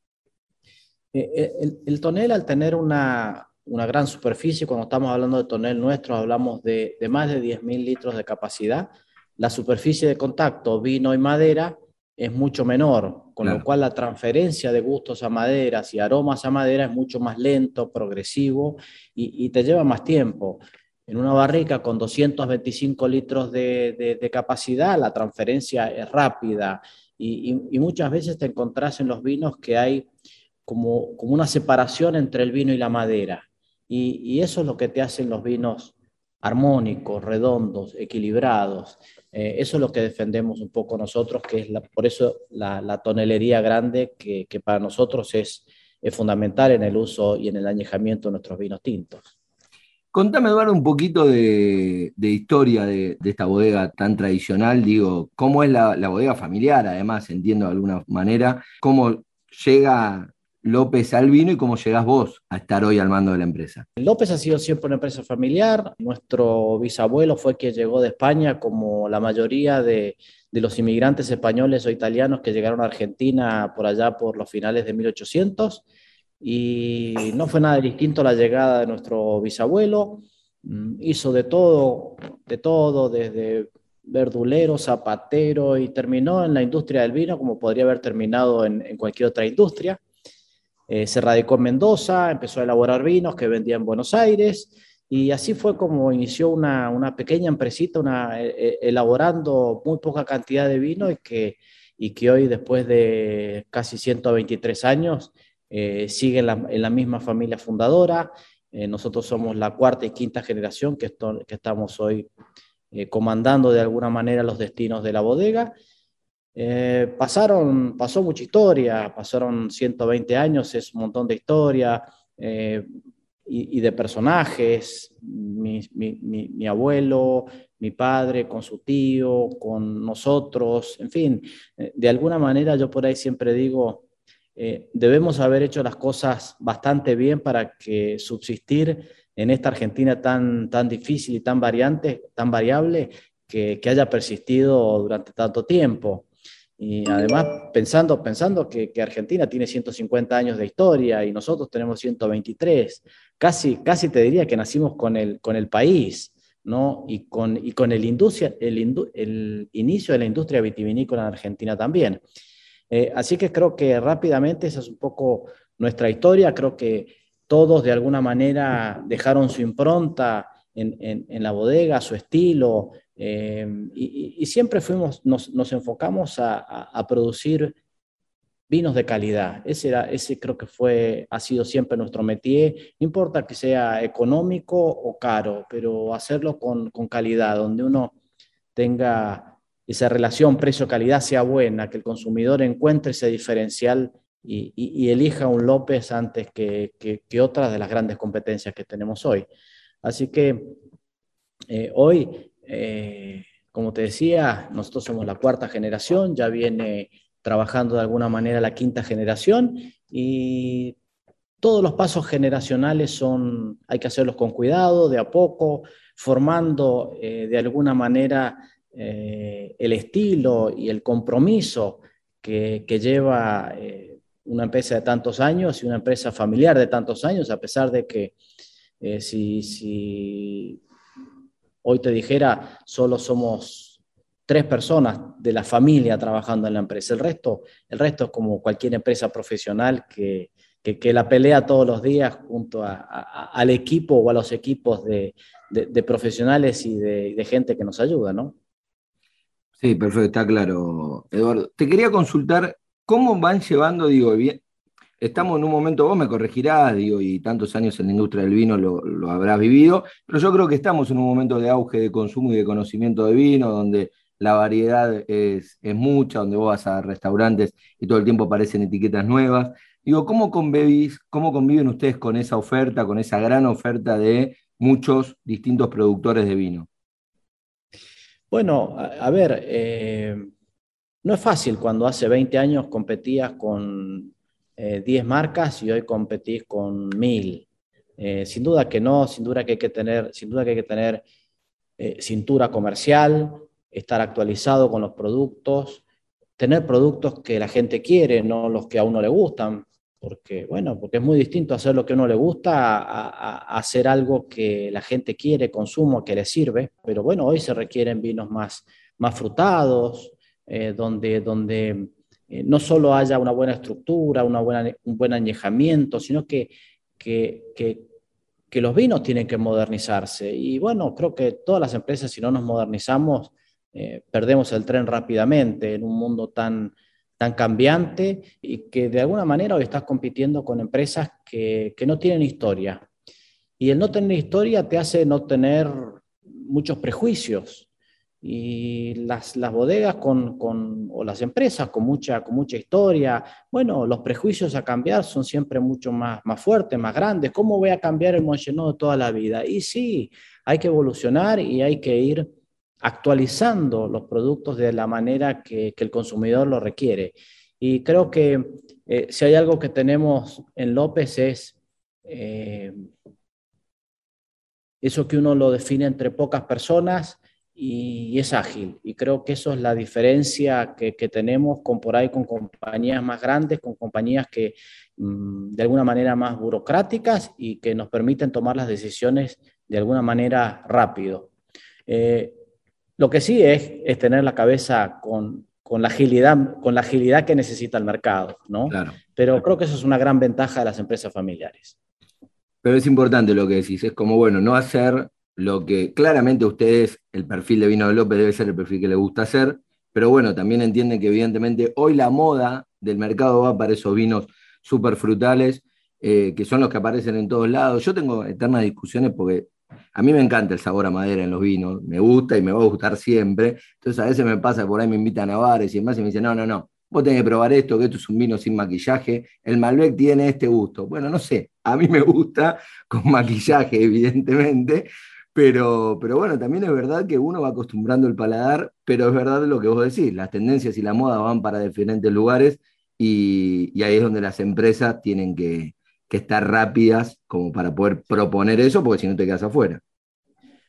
Eh, el, el tonel, al tener una, una gran superficie, cuando estamos hablando de tonel nuestro, hablamos de, de más de diez mil litros de capacidad. La superficie de contacto, vino y madera, es mucho menor, con claro. lo cual la transferencia de gustos a maderas y aromas a madera es mucho más lento, progresivo, y, y te lleva más tiempo. En una barrica con doscientos veinticinco litros de, de, de capacidad, la transferencia es rápida, y, y, y muchas veces te encontrás en los vinos que hay como, como una separación entre el vino y la madera, y, y eso es lo que te hacen los vinos armónicos, redondos, equilibrados. Eh, eso es lo que defendemos un poco nosotros, que es la, por eso la, la tonelería grande, que, que para nosotros es, es fundamental en el uso y en el añejamiento de nuestros vinos tintos. Contame, Eduardo, un poquito de, de historia de, de esta bodega tan tradicional. Digo, ¿cómo es la, la bodega familiar? Además, entiendo de alguna manera, ¿cómo llega López al vino y cómo llegás vos a estar hoy al mando de la empresa? López ha sido siempre una empresa familiar. Nuestro bisabuelo fue quien llegó de España, como la mayoría de, de los inmigrantes españoles o italianos que llegaron a Argentina por allá por los finales de mil ochocientos, y no fue nada distinto la llegada de nuestro bisabuelo. Hizo de todo, de todo, desde verdulero, zapatero, y terminó en la industria del vino como podría haber terminado en, en cualquier otra industria. Eh, se radicó en Mendoza, empezó a elaborar vinos que vendía en Buenos Aires, y así fue como inició una, una pequeña empresita, una, eh, elaborando muy poca cantidad de vino, y que, y que hoy, después de casi ciento veintitrés años, eh, sigue en la, en la misma familia fundadora. Eh, nosotros somos la cuarta y quinta generación que, esto, que estamos hoy eh, comandando de alguna manera los destinos de la bodega. Eh, pasaron, pasó mucha historia, pasaron ciento veinte años, es un montón de historia, eh, y, y de personajes. Mi, mi, mi, mi abuelo, mi padre con su tío, con nosotros, en fin, eh, de alguna manera yo por ahí siempre digo, eh, debemos haber hecho las cosas bastante bien para que subsistir en esta Argentina tan, tan difícil y tan variante, tan variable, que, que haya persistido durante tanto tiempo. Y además pensando, pensando que, que Argentina tiene ciento cincuenta años de historia y nosotros tenemos ciento veintitrés, casi, casi te diría que nacimos con el, con el país, ¿no? Y con, y con el, industria, el, indu, el inicio de la industria vitivinícola en Argentina también. Eh, así que creo que rápidamente esa es un poco nuestra historia. Creo que todos de alguna manera dejaron su impronta en, en, en la bodega, su estilo, eh, y, y siempre fuimos, nos, nos enfocamos a, a, a producir vinos de calidad. Ese, era, ese creo que fue, ha sido siempre nuestro métier. No importa que sea económico o caro, pero hacerlo con, con calidad, donde uno tenga esa relación precio-calidad sea buena, que el consumidor encuentre ese diferencial y, y, y elija un López antes que, que, que otras de las grandes competencias que tenemos hoy. Así que eh, hoy, eh, como te decía, nosotros somos la cuarta generación, ya viene trabajando de alguna manera la quinta generación y todos los pasos generacionales son, hay que hacerlos con cuidado, de a poco, formando eh, de alguna manera eh, el estilo y el compromiso que, que lleva eh, una empresa de tantos años y una empresa familiar de tantos años, a pesar de que eh, si, si hoy te dijera solo somos tres personas de la familia trabajando en la empresa, el resto, el resto es como cualquier empresa profesional que, que, que la pelea todos los días junto a, a, al equipo o a los equipos de, de, de profesionales y de, de gente que nos ayuda, ¿no? Sí, perfecto, está claro, Eduardo. Te quería consultar cómo van llevando, digo, bien, estamos en un momento, vos me corregirás, digo, y tantos años en la industria del vino lo, lo habrás vivido, pero yo creo que estamos en un momento de auge de consumo y de conocimiento de vino, donde la variedad es, es mucha, donde vos vas a restaurantes y todo el tiempo aparecen etiquetas nuevas. Digo, ¿cómo convivís, cómo conviven ustedes con esa oferta, con esa gran oferta de muchos distintos productores de vino? Bueno, a, a ver, eh, no es fácil cuando hace veinte años competías con eh, diez marcas y hoy competís con mil. Eh, sin duda que no, sin duda que hay que tener, sin duda que hay que tener eh, cintura comercial, estar actualizado con los productos, tener productos que la gente quiere, no los que a uno le gustan, porque, bueno, porque es muy distinto hacer lo que a uno le gusta a, a, a hacer algo que la gente quiere, consumo, que le sirve, pero bueno, hoy se requieren vinos más, más frutados, eh, donde, donde eh, no solo haya una buena estructura, una buena, un buen añejamiento, sino que, que, que, que los vinos tienen que modernizarse. Y bueno, creo que todas las empresas, si no nos modernizamos, eh, perdemos el tren rápidamente en un mundo tan, tan cambiante y que de alguna manera hoy estás compitiendo con empresas que, que no tienen historia. Y el no tener historia te hace no tener muchos prejuicios. Y las, las bodegas con, con, o las empresas con mucha, con mucha historia, bueno, los prejuicios a cambiar son siempre mucho más, más fuertes, más grandes. ¿Cómo voy a cambiar el Montgenot de toda la vida? Y sí, hay que evolucionar y hay que ir actualizando los productos de la manera que, que el consumidor lo requiere. Y creo que eh, si hay algo que tenemos en López es eh, eso que uno lo define entre pocas personas y es ágil, y creo que eso es la diferencia que, que tenemos con por ahí con compañías más grandes, con compañías que mmm, de alguna manera más burocráticas y que nos permiten tomar las decisiones de alguna manera rápido. Eh, lo que sí es, es tener la cabeza con, con, la agilidad, con la agilidad que necesita el mercado, ¿no? Claro. Pero creo que eso es una gran ventaja de las empresas familiares. Pero es importante lo que decís, es como, bueno, no hacer lo que claramente a ustedes, el perfil de Vino de López debe ser el perfil que les gusta hacer, pero bueno, también entienden que evidentemente hoy la moda del mercado va para esos vinos súper frutales, eh, que son los que aparecen en todos lados. Yo tengo eternas discusiones porque a mí me encanta el sabor a madera en los vinos, me gusta y me va a gustar siempre, entonces a veces me pasa, por ahí me invitan a bares y demás y me dicen, no, no, no, vos tenés que probar esto, que esto es un vino sin maquillaje, el Malbec tiene este gusto. Bueno, no sé, a mí me gusta con maquillaje, evidentemente, Pero, pero bueno, también es verdad que uno va acostumbrando el paladar, pero es verdad lo que vos decís, las tendencias y la moda van para diferentes lugares y, y ahí es donde las empresas tienen que, que estar rápidas como para poder proponer eso, porque si no te quedas afuera.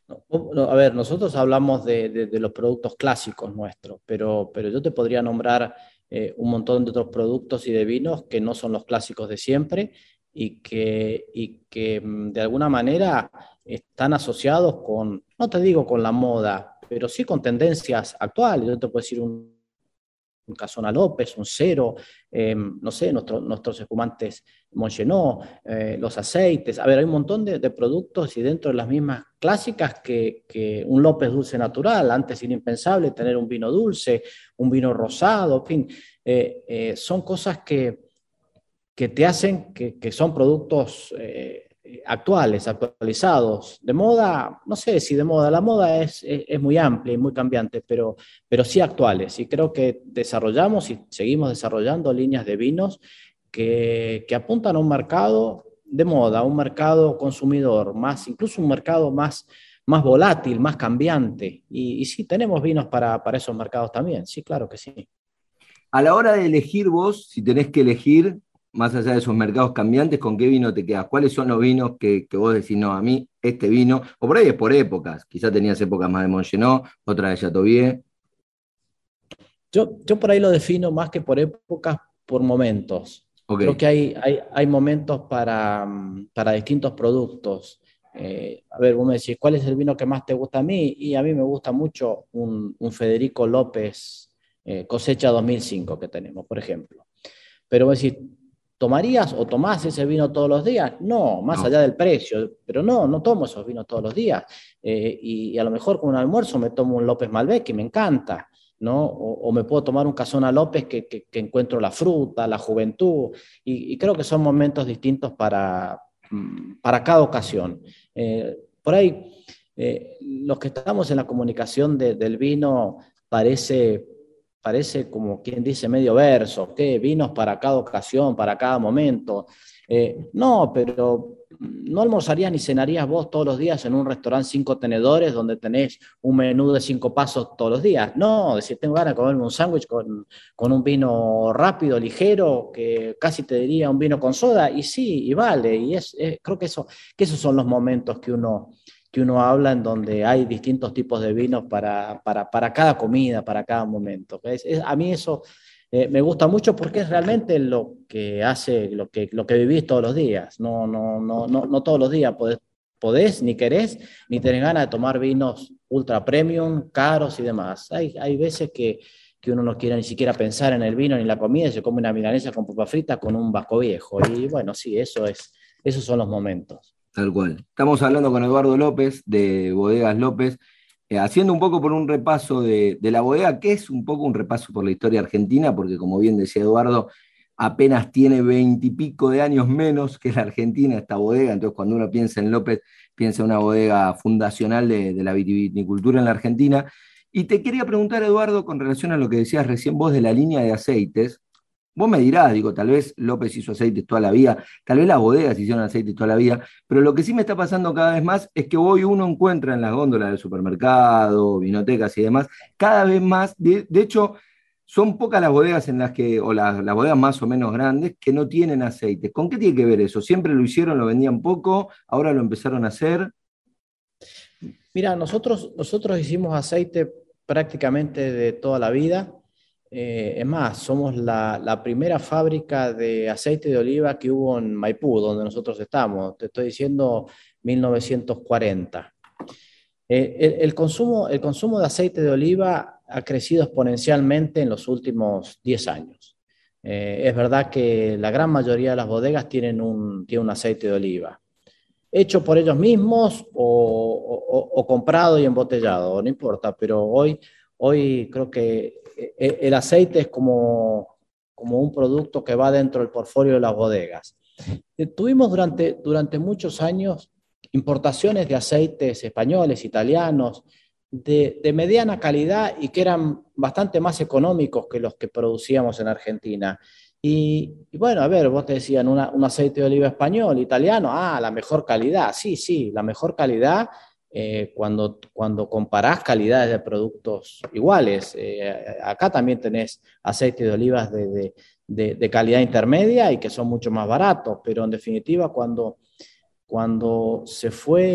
No, no, a ver, nosotros hablamos de, de- de los productos clásicos nuestros, pero, pero yo te podría nombrar eh, un montón de otros productos y de vinos que no son los clásicos de siempre y que, y que mm, de alguna manera están asociados con, no te digo con la moda, pero sí con tendencias actuales. Yo te puedo decir un un Casona López, un Cero, eh, no sé, nuestro, nuestros espumantes Montgenot, eh, los aceites. A ver, hay un montón de, de productos y dentro de las mismas clásicas que, que un López dulce natural, antes era impensable tener un vino dulce, un vino rosado, en fin, eh, eh, son cosas que, que te hacen que, que son productos eh, actuales, actualizados. De moda, no sé si de moda, la moda es, es, es muy amplia y muy cambiante, pero, pero sí actuales. Y creo que desarrollamos y seguimos desarrollando líneas de vinos que, que apuntan a un mercado de moda, un mercado consumidor, más, incluso un mercado más, más volátil, más cambiante. Y, y sí, tenemos vinos para, para esos mercados también, sí, claro que sí. A la hora de elegir vos, si tenés que elegir, más allá de esos mercados cambiantes, ¿con qué vino te quedas? ¿Cuáles son los vinos que, que vos decís, no, a mí este vino, o por ahí es por épocas, quizás tenías épocas más de Montgenot, otra de Chateaubriand? Yo, yo por ahí lo defino más que por épocas, por momentos. Ok, Creo que hay, hay, hay momentos para, mm, para distintos productos. Eh, a ver, vos me decís, ¿cuál es el vino que más te gusta a mí? Y a mí me gusta mucho un, un Federico López eh, cosecha dos mil cinco que tenemos, por ejemplo. Pero vos decís, ¿tomarías o tomás ese vino todos los días? No, más no, allá del precio, pero no, no tomo esos vinos todos los días. Eh, y, y a lo mejor con un almuerzo me tomo un López Malbec que me encanta, ¿no? O, o me puedo tomar un Casona López que, que, que encuentro la fruta, la juventud, y, y creo que son momentos distintos para, mm, para cada ocasión. Eh, por ahí, eh, los que estamos en la comunicación de, del vino parece parece como quien dice medio verso, ¿qué? Vinos para cada ocasión, para cada momento. Eh, no, pero no almorzarías ni cenarías vos todos los días en un restaurante cinco tenedores donde tenés un menú de cinco pasos todos los días. No, decir, tengo ganas de comerme un sándwich con, con un vino rápido, ligero, que casi te diría un vino con soda, y sí, y vale, y es, es creo que, eso, que esos son los momentos que uno que uno habla en donde hay distintos tipos de vinos para, para, para cada comida, para cada momento. Es, es, a mí eso eh, me gusta mucho porque es realmente lo que hace, lo que, lo que vivís todos los días. No, no, no, no, no todos los días podés, podés, ni querés, ni tenés ganas de tomar vinos ultra premium, caros y demás. Hay, hay veces que, que uno no quiere ni siquiera pensar en el vino ni la comida y se come una milanesa con papa frita con un vasco viejo. Y bueno, sí, eso es, esos son los momentos. tal cual. Estamos hablando con Eduardo López de Bodegas López, eh, haciendo un poco por un repaso de, de la bodega, que es un poco un repaso por la historia argentina, porque como bien decía Eduardo, apenas tiene veintipico de años menos que la Argentina esta bodega, entonces cuando uno piensa en López, piensa en una bodega fundacional de, de la vitivinicultura en la Argentina. Y te quería preguntar, Eduardo, con relación a lo que decías recién vos de la línea de aceites. Vos me dirás, digo, tal vez López hizo aceites toda la vida, tal vez las bodegas hicieron aceites toda la vida, pero lo que sí me está pasando cada vez más es que hoy uno encuentra en las góndolas del supermercado, vinotecas y demás, cada vez más, de, de hecho, son pocas las bodegas en las que, o las, las bodegas más o menos grandes, que no tienen aceites. ¿Con qué tiene que ver eso? ¿Siempre lo hicieron, lo vendían poco, ahora lo empezaron a hacer? Mira, nosotros, nosotros hicimos aceite prácticamente de toda la vida. Eh, es más, somos la, la primera fábrica de aceite de oliva que hubo en Maipú, donde nosotros estamos. Te estoy diciendo mil novecientos cuarenta. Eh, el, el consumo, el consumo de aceite de oliva ha crecido exponencialmente en los últimos diez años. Eh, es verdad que la gran mayoría de las bodegas tienen un, tienen un aceite de oliva hecho por ellos mismos o, o, o comprado y embotellado, no importa, pero hoy, hoy creo que el aceite es como, como un producto que va dentro del portfolio de las bodegas. Tuvimos durante, durante muchos años importaciones de aceites españoles, italianos, de, de mediana calidad y que eran bastante más económicos que los que producíamos en Argentina. Y, y bueno, a ver, vos te decían una, un aceite de oliva español, italiano, ah, la mejor calidad. Sí, sí, la mejor calidad eh, cuando, cuando comparás calidades de productos iguales. Eh, acá también tenés aceite de olivas de, de, de, de calidad intermedia y que son mucho más baratos, pero en definitiva cuando, cuando se fue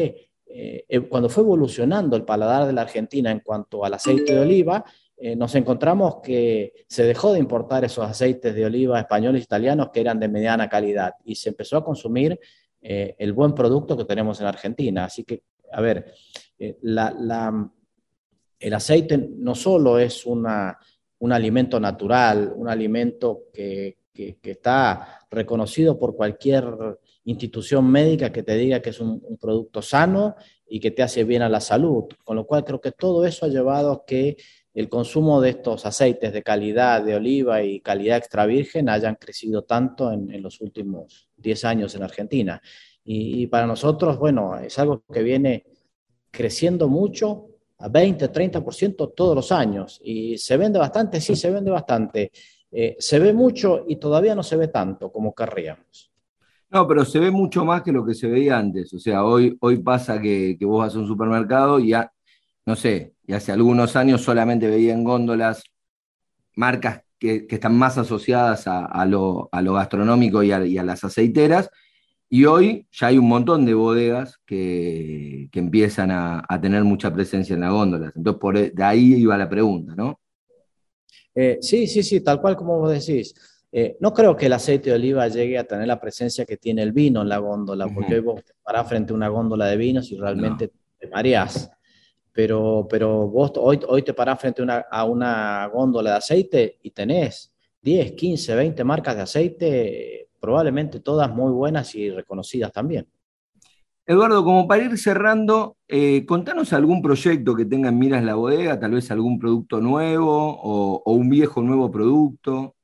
eh, cuando fue evolucionando el paladar de la Argentina en cuanto al aceite de oliva, eh, nos encontramos que se dejó de importar esos aceites de oliva españoles e italianos que eran de mediana calidad y se empezó a consumir eh, el buen producto que tenemos en Argentina. Así que, a ver, eh, la, la, el aceite no solo es una, un alimento natural, un alimento que, que, que está reconocido por cualquier institución médica que te diga que es un, un producto sano y que te hace bien a la salud, con lo cual creo que todo eso ha llevado a que el consumo de estos aceites de calidad de oliva y calidad extra virgen hayan crecido tanto en, en los últimos diez años en Argentina. Y, y para nosotros, bueno, es algo que viene creciendo mucho, a veinte, treinta por ciento todos los años. Y se vende bastante, sí, se vende bastante. Eh, se ve mucho y todavía no se ve tanto como querríamos. No, pero se ve mucho más que lo que se veía antes. O sea, hoy, hoy pasa que, que vos vas a un supermercado y ya, no sé, y hace algunos años solamente veía en góndolas marcas que, que están más asociadas a, a, lo, a lo gastronómico y a, y a las aceiteras, y hoy ya hay un montón de bodegas que, que empiezan a, a tener mucha presencia en las góndolas. Entonces, por de ahí iba la pregunta, ¿no? Eh, sí, sí, sí, tal cual como vos decís. Eh, no creo que el aceite de oliva llegue a tener la presencia que tiene el vino en la góndola, porque uh-huh. hoy vos te parás frente a una góndola de vinos y realmente no. te mareás. Pero, pero vos hoy, hoy te parás frente a una, a una góndola de aceite y tenés diez, quince, veinte marcas de aceite, probablemente todas muy buenas y reconocidas también. Eduardo, como para ir cerrando, eh, contanos algún proyecto que tenga en miras la bodega, tal vez algún producto nuevo o, o un viejo nuevo producto.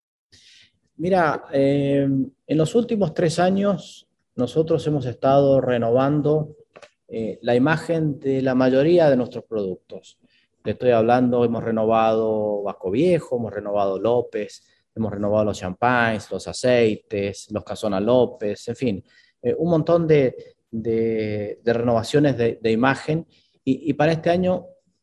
Mira, eh, en los últimos tres años nosotros hemos estado renovando Eh, la imagen de la mayoría de nuestros productos. Te estoy hablando, hemos renovado Vasco Viejo, hemos renovado López, hemos renovado los champagnes, los aceites, los Casona López, en fin, eh, un montón de, de, de renovaciones de, de imagen y, y para este año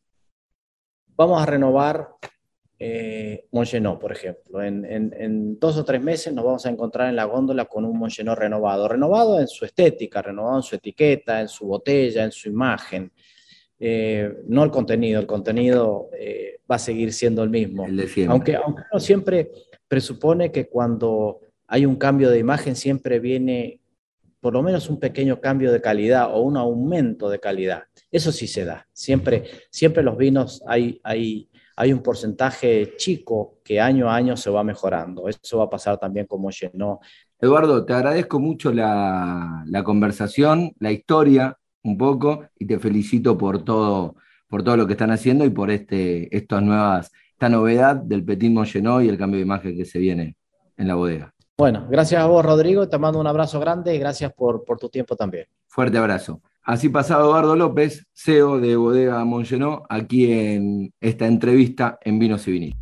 vamos a renovar eh, Montgenot, por ejemplo. En, en, en dos o tres meses nos vamos a encontrar en la góndola con un Montgenot renovado, renovado en su estética, renovado en su etiqueta, en su botella, en su imagen. Eh, no el contenido, el contenido eh, va a seguir siendo el mismo. El aunque, aunque uno siempre presupone que cuando hay un cambio de imagen siempre viene por lo menos un pequeño cambio de calidad o un aumento de calidad. Eso sí se da. Siempre, siempre los vinos hay... hay Hay un porcentaje chico que año a año se va mejorando. Eso va a pasar también con Montgenot. Eduardo, te agradezco mucho la, la conversación, la historia un poco, y te felicito por todo, por todo lo que están haciendo y por este, estas nuevas, esta novedad del Petit Montgenot y el cambio de imagen que se viene en la bodega. Bueno, gracias a vos, Rodrigo. Te mando un abrazo grande y gracias por, por tu tiempo también. Fuerte abrazo. Así pasaba Eduardo López, C E O de Bodega Montgenot, aquí en esta entrevista en Vinos y Vinilos.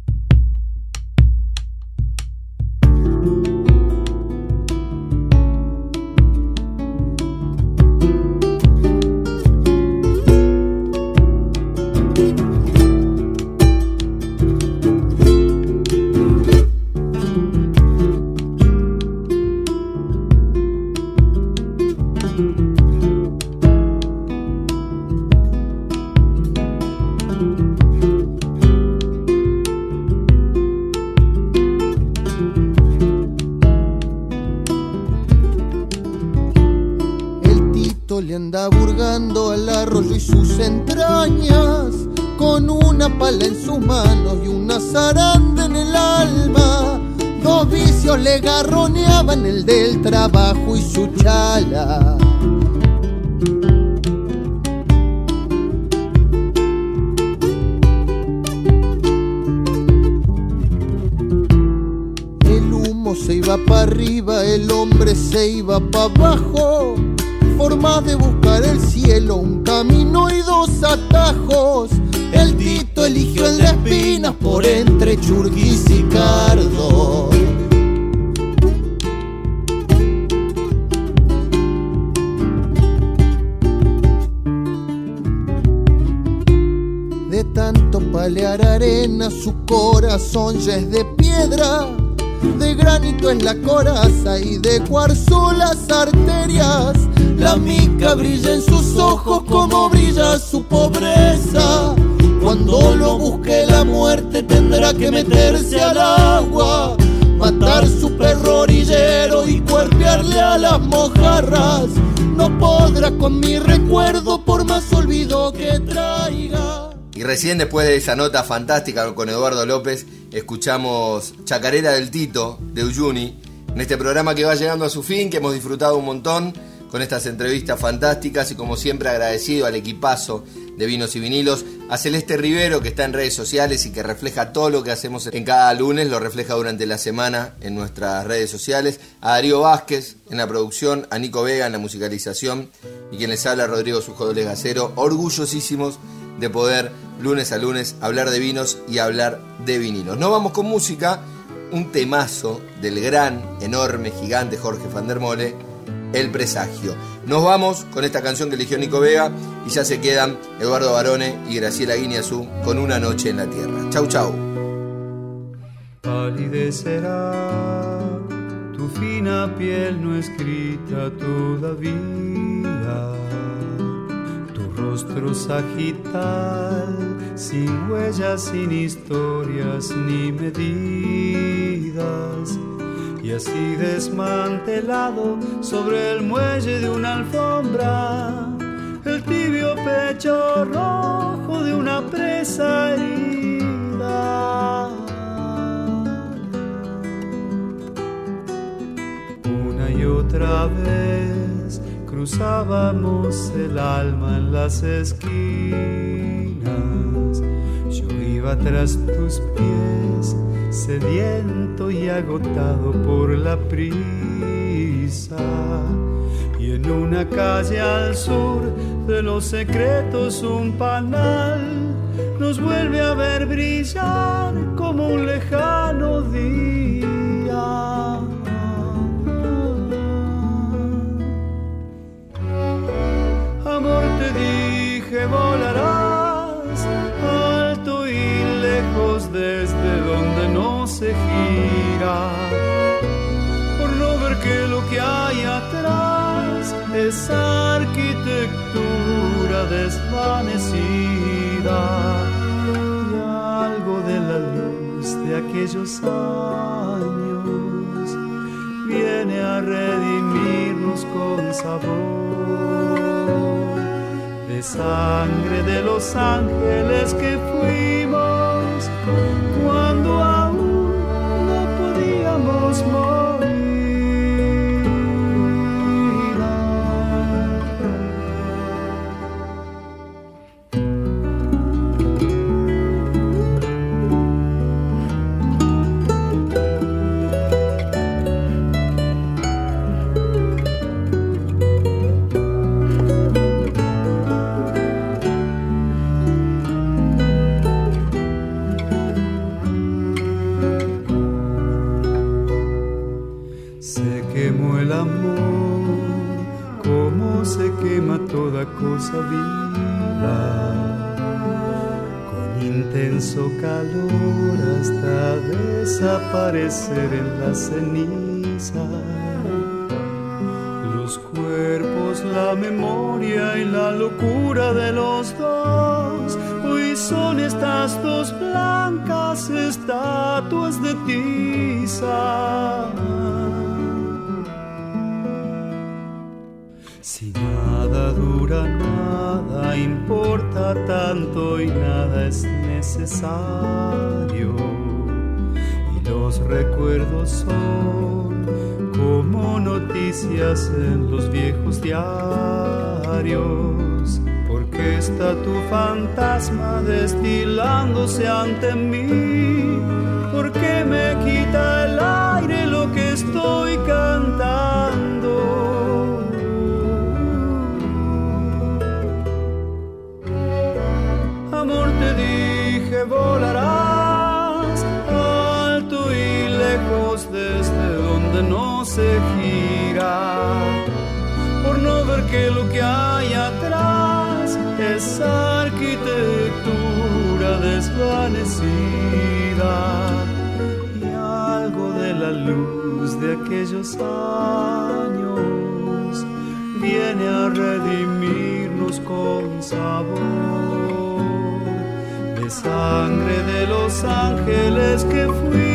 Le anda burgando al arroyo y sus entrañas, con una pala en sus manos y una zaranda en el alma. Dos vicios le garroneaban, el del trabajo y su chala. El humo se iba para arriba, el hombre se iba para abajo. Forma de buscar el cielo, un camino y dos atajos. El Tito eligió el de espinas por entre Churquis y Cardo. De tanto palear arena, su corazón ya es de piedra. De granito es la coraza y de cuarzo las arterias. La mica brilla en sus ojos como brilla su pobreza. Cuando lo busque la muerte tendrá que meterse al agua, matar su perro orillero y cuerpearle a las mojarras. No podrá con mi recuerdo por más olvido que traiga. Y recién después de esa nota fantástica con Eduardo López, escuchamos Chacarera del Tito de Uyuni, en este programa que va llegando a su fin, que hemos disfrutado un montón con estas entrevistas fantásticas y como siempre agradecido al equipazo de Vinos y Vinilos, a Celeste Rivero que está en redes sociales y que refleja todo lo que hacemos en cada lunes, lo refleja durante la semana en nuestras redes sociales, a Darío Vázquez en la producción, a Nico Vega en la musicalización y quien les habla Rodrigo Sujodoles Gacero, orgullosísimos de poder lunes a lunes hablar de vinos y hablar de vinilos. Nos vamos con música, un temazo del gran, enorme, gigante Jorge van der Mole, El Presagio. Nos vamos con esta canción que eligió Nico Vega y ya se quedan Eduardo Barone y Graciela Guiñazú con Una Noche en la Tierra. Chau, chau. Palidecerá tu fina piel no escrita todavía, tu rostro sagital, sin huellas, sin historias ni medidas. Y así desmantelado sobre el muelle de una alfombra, el tibio pecho rojo de una presa herida. Una y otra vez cruzábamos el alma en las esquinas. Yo iba tras tus pies, sediento y agotado por la prisa, y en una calle al sur de los secretos un panal nos vuelve a ver brillar como un lejano día. Amor, te dije, volarás alto y lejos desde donde no se gira, por no ver que lo que hay atrás es arquitectura desvanecida, y algo de la luz de aquellos años viene a redimirnos con sabor de sangre de los ángeles que fuimos cuando aún no podíamos morir. Toda cosa viva, con intenso calor hasta desaparecer en la ceniza. Los cuerpos, la memoria y la locura de los dos, hoy son estas dos blancas estatuas de tiza. Si nada dura, nada importa tanto y nada es necesario, y los recuerdos son como noticias en los viejos diarios. Porque está tu fantasma destilándose ante mí, porque me quita el aire lo que estoy cantando. Amor, te dije, volarás alto y lejos desde donde no se gira, por no ver que lo que hay atrás es arquitectura desvanecida, y algo de la luz de aquellos años viene a redimirnos con sabor de sangre de los ángeles que fui.